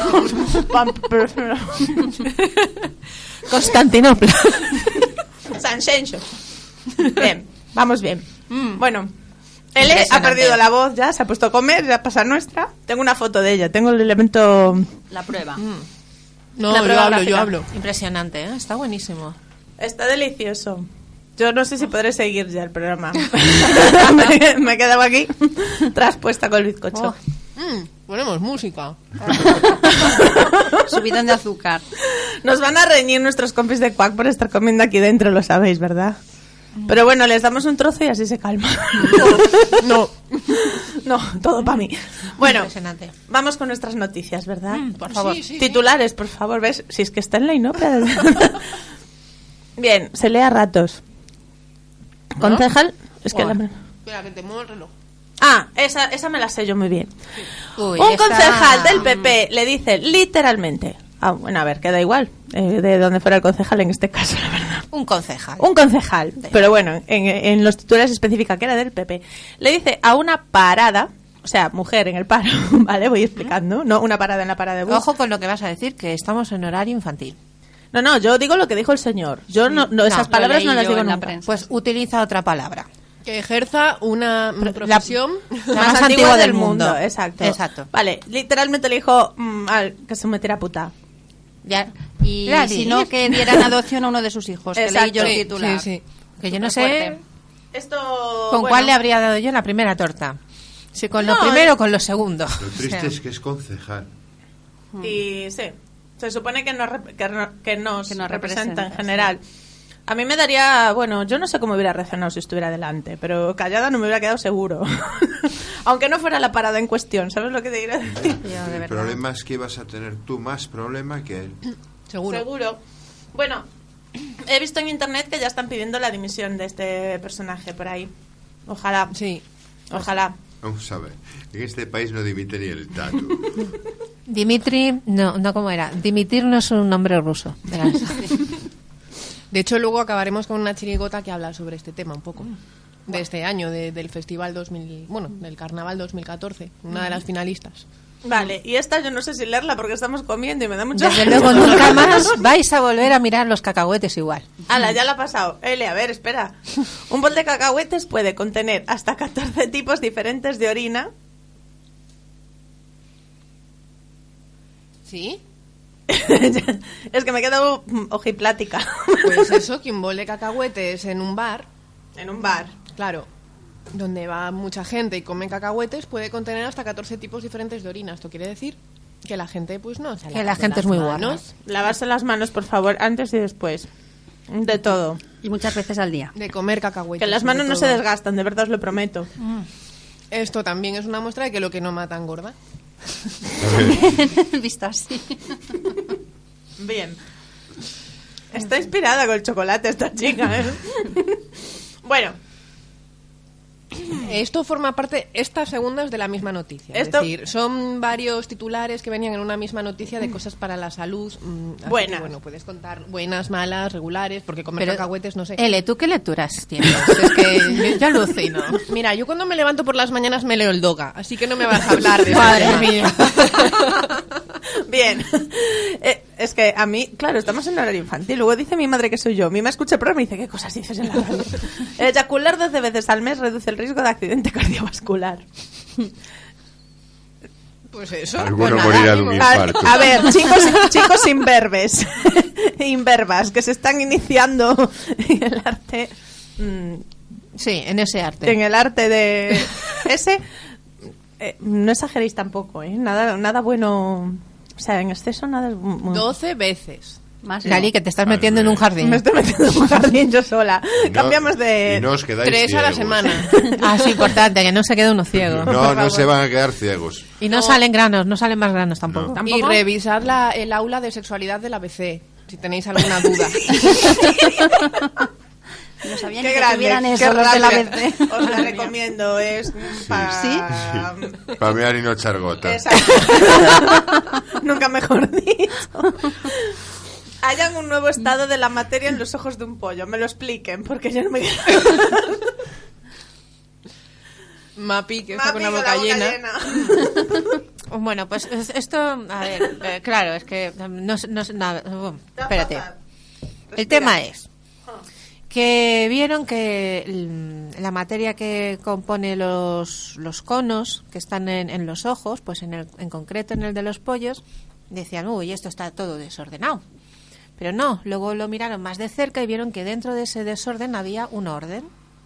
Speaker 3: Constantinopla.
Speaker 2: San Xenxo. Bien, vamos bien. Bueno, él ha
Speaker 3: Impresionante.
Speaker 2: perdido la voz ya, se ha puesto a comer, ya pasa nuestra. Tengo una foto de ella, tengo el elemento...
Speaker 4: La prueba.
Speaker 6: No,
Speaker 2: La
Speaker 6: yo
Speaker 2: prueba
Speaker 6: hablo,
Speaker 2: gráfica.
Speaker 6: yo hablo.
Speaker 3: Impresionante, ¿eh? Está buenísimo.
Speaker 2: Está delicioso. Yo no sé si podré seguir ya el programa. me he quedado aquí traspuesta con el bizcocho.
Speaker 6: Ponemos música.
Speaker 4: Subidón de azúcar.
Speaker 2: Nos van a reñir nuestros compis de Quack por estar comiendo aquí dentro, lo sabéis, ¿verdad? Pero bueno, les damos un trozo y así se calma.
Speaker 6: No.
Speaker 2: No, todo para mí. Bueno,
Speaker 3: Impresionante.
Speaker 2: vamos con nuestras noticias, ¿verdad?
Speaker 3: Por favor.
Speaker 6: Sí, sí,
Speaker 2: Titulares, por favor, ¿ves? Si es que está en la inopia. Bien, se lee a ratos. Concejal... Es que
Speaker 6: Buah.
Speaker 2: la...
Speaker 6: Espera, que te muevo el reloj.
Speaker 2: Ah, esa me la sé yo muy bien.
Speaker 3: Uy,
Speaker 2: Un
Speaker 3: esta-
Speaker 2: concejal del PP le dice literalmente... Ah, bueno, a ver, queda igual de donde fuera el concejal en este caso, la verdad.
Speaker 3: Un concejal.
Speaker 2: Un concejal, pero bueno, en los titulares especifica que era del PP. Le dice a una parada, o sea, mujer en el paro, ¿vale? Voy explicando, no una parada en la parada de bus.
Speaker 3: Ojo con lo que vas a decir, que estamos en horario infantil.
Speaker 2: No, yo digo lo que dijo el señor. Yo no esas
Speaker 3: lo
Speaker 2: palabras
Speaker 4: leí
Speaker 2: no las
Speaker 4: yo
Speaker 2: digo
Speaker 4: en la
Speaker 2: nunca.
Speaker 4: prensa.
Speaker 3: Pues utiliza otra palabra.
Speaker 6: Que ejerza una profesión.
Speaker 3: La más antigua del mundo.
Speaker 2: Exacto.
Speaker 3: Exacto.
Speaker 2: Vale, literalmente le dijo que se metiera puta.
Speaker 3: Ya.
Speaker 4: Y
Speaker 3: La
Speaker 4: si
Speaker 3: di-
Speaker 4: no, que dieran adopción a uno de sus hijos. Que leí yo el
Speaker 6: Sí,
Speaker 4: titular.
Speaker 6: sí, sí.
Speaker 3: Que yo no sé
Speaker 4: Fuerte.
Speaker 2: Esto...
Speaker 3: con
Speaker 2: bueno,
Speaker 3: cuál le habría dado yo la primera torta. Si con lo
Speaker 2: No,
Speaker 3: primero o con lo segundo.
Speaker 5: Lo triste
Speaker 3: O sea,
Speaker 5: es que es concejal.
Speaker 2: Y sí, se supone que nos
Speaker 4: Que nos
Speaker 2: representa en
Speaker 4: representa,
Speaker 2: general. A mí me daría, bueno, yo no sé cómo hubiera reaccionado si estuviera delante, pero callada no me hubiera quedado seguro. Aunque no fuera la parada en cuestión, ¿sabes lo que te quiero decir?
Speaker 5: El problema es que vas a tener tú más problema que él.
Speaker 6: Seguro.
Speaker 2: Seguro. Bueno, he visto en internet que ya están pidiendo la dimisión de este personaje por ahí. Ojalá,
Speaker 6: Sí.
Speaker 2: ojalá.
Speaker 5: Vamos a ver. En este país no dimite ni el tatu.
Speaker 3: Dimitri, no, ¿cómo era? Dimitir no es un nombre ruso. Verás.
Speaker 6: De hecho, luego acabaremos con una chirigota que habla sobre este tema un poco. De este año, del Festival 2000... Bueno, del Carnaval 2014. Una de las finalistas.
Speaker 2: Vale, y esta yo no sé si leerla porque estamos comiendo y me da mucho...
Speaker 3: Desde luego nunca más vais a volver a mirar los cacahuetes igual.
Speaker 2: Ala, ya la ha pasado. Eli, a ver, espera. Un bol de cacahuetes puede contener hasta 14 tipos diferentes de orina.
Speaker 6: ¿Sí?
Speaker 2: Es que me quedo ojiplática.
Speaker 6: Pues eso, que un bol de cacahuetes en un bar,
Speaker 2: En un bar.
Speaker 6: claro, donde va mucha gente y come cacahuetes, puede contener hasta 14 tipos diferentes de orina. Esto quiere decir que la gente, pues no... se
Speaker 3: Que
Speaker 6: lava
Speaker 3: la gente
Speaker 6: las
Speaker 3: es muy
Speaker 6: manos.
Speaker 3: guarra.
Speaker 2: Lavarse las manos, por favor, antes y después. De todo.
Speaker 4: Y muchas veces al día.
Speaker 6: De comer cacahuetes.
Speaker 2: Que las
Speaker 6: sobre
Speaker 2: manos no
Speaker 6: todo.
Speaker 2: se desgastan, de verdad os lo prometo.
Speaker 6: Esto también es una muestra de que lo que no mata engorda.
Speaker 4: Visto así.
Speaker 2: Bien. Está inspirada con el chocolate esta chica, ¿eh? Bueno,
Speaker 6: Esto forma parte, esta segunda es de la misma noticia.
Speaker 2: Esto-
Speaker 6: Es decir, son varios titulares que venían en una misma noticia de cosas para la salud. Así
Speaker 2: Buenas.
Speaker 6: que, bueno, puedes contar buenas, malas, regulares, porque comer
Speaker 3: Pero,
Speaker 6: cacahuetes, no sé.
Speaker 3: Ele, ¿tú qué lecturas tienes? Es que yo alucino.
Speaker 6: Mira, yo cuando me levanto por las mañanas me leo el Doga, así que no me vas a hablar de
Speaker 3: Madre
Speaker 6: ese tema.
Speaker 3: mía.
Speaker 2: bien. Es que a mí, claro, estamos en horario infantil. Luego dice mi madre que soy yo. Mi mamá escucha el programa y dice, ¿qué cosas dices en la radio? Eyacular 12 veces al mes reduce el riesgo de accidente cardiovascular.
Speaker 6: Pues eso.
Speaker 5: Alguno
Speaker 6: pues
Speaker 5: morirá
Speaker 6: nada,
Speaker 5: de un
Speaker 6: amigo.
Speaker 5: infarto.
Speaker 2: A ver, chicos imberbes, imberbas, que se están iniciando en el arte,
Speaker 3: Sí, en ese arte.
Speaker 2: en el arte de ese. No exageréis tampoco, ¿eh? Nada bueno. O sea, en exceso nada es muy...
Speaker 6: 12 veces.
Speaker 4: Más
Speaker 3: Lali, que te estás metiendo en un jardín.
Speaker 2: Me estoy metiendo en un jardín yo sola.
Speaker 5: Y no-
Speaker 2: Cambiamos de...
Speaker 5: Y no os quedáis
Speaker 6: 3 a la
Speaker 5: ciegos.
Speaker 6: semana.
Speaker 3: Ah, sí, importante, que no se quede uno ciego.
Speaker 5: No se van a quedar ciegos.
Speaker 3: Y no salen granos, no salen más granos tampoco.
Speaker 5: No.
Speaker 2: ¿Tampoco?
Speaker 6: Y revisad el aula de sexualidad del ABC, si tenéis alguna duda.
Speaker 4: sabía
Speaker 2: Qué
Speaker 4: ni que
Speaker 2: grande,
Speaker 4: tuvieran
Speaker 2: qué
Speaker 4: eso los de la
Speaker 2: grande.
Speaker 4: ABC.
Speaker 2: Os la recomiendo, es para...
Speaker 4: ¿Sí?
Speaker 5: Para mear y no echar gota.
Speaker 2: Exacto. Nunca mejor dicho. Hayan un nuevo estado de la materia en los ojos de un pollo. Me lo expliquen, porque yo no me...
Speaker 6: Mapi, que está con
Speaker 2: Mapi
Speaker 6: la
Speaker 2: con
Speaker 6: boca llena.
Speaker 3: Bueno, pues esto, a ver, claro, es que no nada, espérate. El tema es que vieron que la materia que compone los conos que están en los ojos, pues en concreto en el de los pollos, decían, uy, esto está todo desordenado. Pero no, luego lo miraron más de cerca y vieron que dentro de ese desorden había un orden.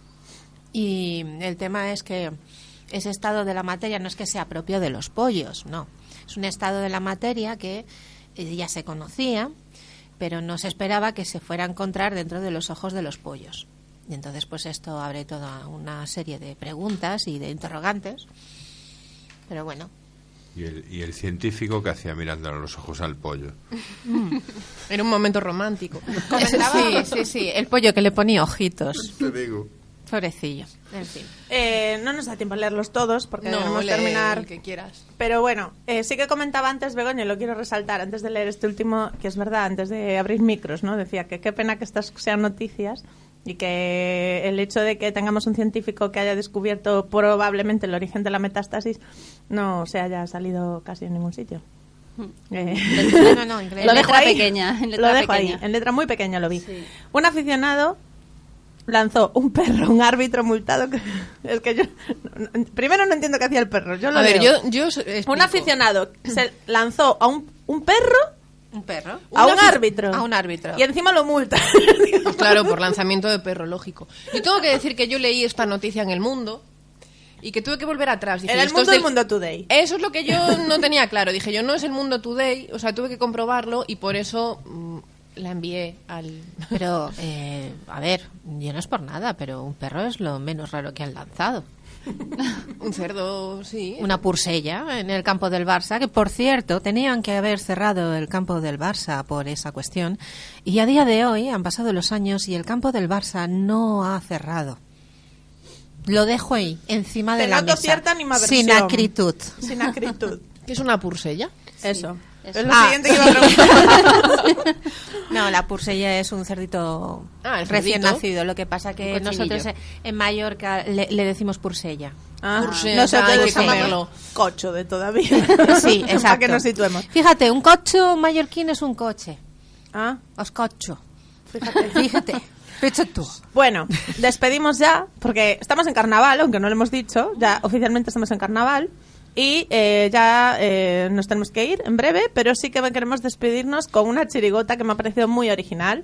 Speaker 3: Y el tema es que ese estado de la materia no es que sea propio de los pollos, no. Es un estado de la materia que ya se conocía, pero no se esperaba que se fuera a encontrar dentro de los ojos de los pollos. Y entonces, pues esto abre toda una serie de preguntas y de interrogantes. Pero bueno.
Speaker 5: ¿Y el científico que hacía mirando a los ojos al pollo?
Speaker 6: Era un momento romántico.
Speaker 3: Sí, el pollo que le ponía ojitos.
Speaker 5: Te digo.
Speaker 3: Pobrecillo. En fin.
Speaker 2: No nos da tiempo a leerlos todos porque
Speaker 6: No,
Speaker 2: debemos
Speaker 6: lee
Speaker 2: terminar.
Speaker 6: el que quieras.
Speaker 2: Pero bueno, sí que comentaba antes, Begoña, y lo quiero resaltar antes de leer este último, que es verdad, antes de abrir micros, ¿no? Decía que qué pena que estas sean noticias y que el hecho de que tengamos un científico que haya descubierto probablemente el origen de la metástasis no se haya salido casi en ningún sitio.
Speaker 3: No, increíble.
Speaker 2: Lo dejo
Speaker 4: letra
Speaker 2: ahí.
Speaker 4: pequeña, en
Speaker 2: Lo
Speaker 4: letra
Speaker 2: dejo
Speaker 4: pequeña.
Speaker 2: ahí, en letra muy pequeña lo vi.
Speaker 4: Sí.
Speaker 2: Un aficionado lanzó un perro, un árbitro multado. Es que yo primero no entiendo qué hacía el perro. Yo lo
Speaker 6: A ver,
Speaker 2: leo.
Speaker 6: yo explico.
Speaker 2: Un aficionado se lanzó a un perro
Speaker 3: ¿Un perro?
Speaker 2: a un árbitro.
Speaker 3: A un árbitro.
Speaker 2: Y encima lo multa.
Speaker 6: Pues claro, por lanzamiento de perro, lógico. Yo tengo que decir que yo leí esta noticia en El Mundo y que tuve que volver atrás. Dije,
Speaker 2: En el
Speaker 6: esto es
Speaker 2: mundo del
Speaker 6: del-
Speaker 2: Mundo Today.
Speaker 6: Eso es lo que yo no tenía claro. Dije, yo no es El Mundo Today, o sea, tuve que comprobarlo y por eso la envié al...
Speaker 3: Pero, a ver, yo no es por nada, pero un perro es lo menos raro que han lanzado.
Speaker 6: Un cerdo, sí.
Speaker 3: Una pursella en el campo del Barça, que por cierto tenían que haber cerrado el campo del Barça por esa cuestión, y a día de hoy han pasado los años y el campo del Barça no ha cerrado. Lo dejo ahí, encima de
Speaker 2: Te
Speaker 3: la
Speaker 2: noto
Speaker 3: mesa.
Speaker 2: cierta animadversión.
Speaker 3: Sin acritud.
Speaker 2: Sin acritud.
Speaker 6: ¿Qué es una pursella?
Speaker 2: Eso.
Speaker 4: Eso.
Speaker 2: Es lo siguiente que iba a preguntar.
Speaker 3: No, la pursella es un cerdito
Speaker 6: Ah, el
Speaker 3: recién
Speaker 6: cerdito.
Speaker 3: nacido. Lo que pasa que
Speaker 6: Un cochinillo.
Speaker 3: nosotros en Mallorca le decimos pursella.
Speaker 2: Ah,
Speaker 6: Pursella,
Speaker 2: nosotros
Speaker 6: hay que
Speaker 2: les llamamos
Speaker 6: comerlo.
Speaker 2: cocho de todavía.
Speaker 3: Sí, exacto.
Speaker 2: Para que nos situemos.
Speaker 3: Fíjate, un cocho mallorquín es un coche.
Speaker 2: Ah,
Speaker 3: Os cocho.
Speaker 2: fíjate.
Speaker 3: Fíjate. Fíjate tú.
Speaker 2: Bueno, despedimos ya, porque estamos en carnaval, aunque no lo hemos dicho, ya oficialmente estamos en carnaval, y ya nos tenemos que ir en breve, pero sí que queremos despedirnos con una chirigota que me ha parecido muy original,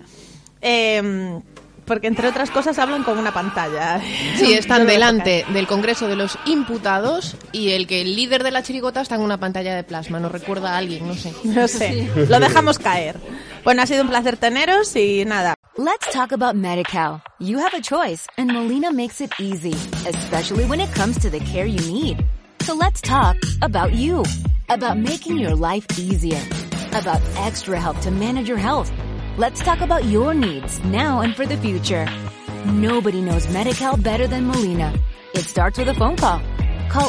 Speaker 2: porque entre otras cosas hablan con una pantalla.
Speaker 6: Sí,
Speaker 2: Yo
Speaker 6: están
Speaker 2: lo voy a
Speaker 6: delante del Congreso de los Imputados y el líder de la chirigota está en una pantalla de plasma. Nos recuerda a alguien, no sé.
Speaker 2: tocar. No sé, lo dejamos caer. Bueno, ha sido un placer teneros y nada.
Speaker 1: Let's talk about MediCal. You have a choice, and Molina makes it easy, especially when it comes to the care you need. So let's talk about you, about making your life easier, about extra help to manage your health. Let's talk about your needs now and for the future. Nobody knows MediCal better than Molina. It starts with a phone call. Call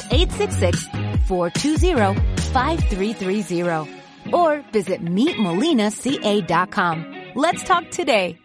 Speaker 1: 866-420-5330 or visit meetmolinaca.com. Let's talk today.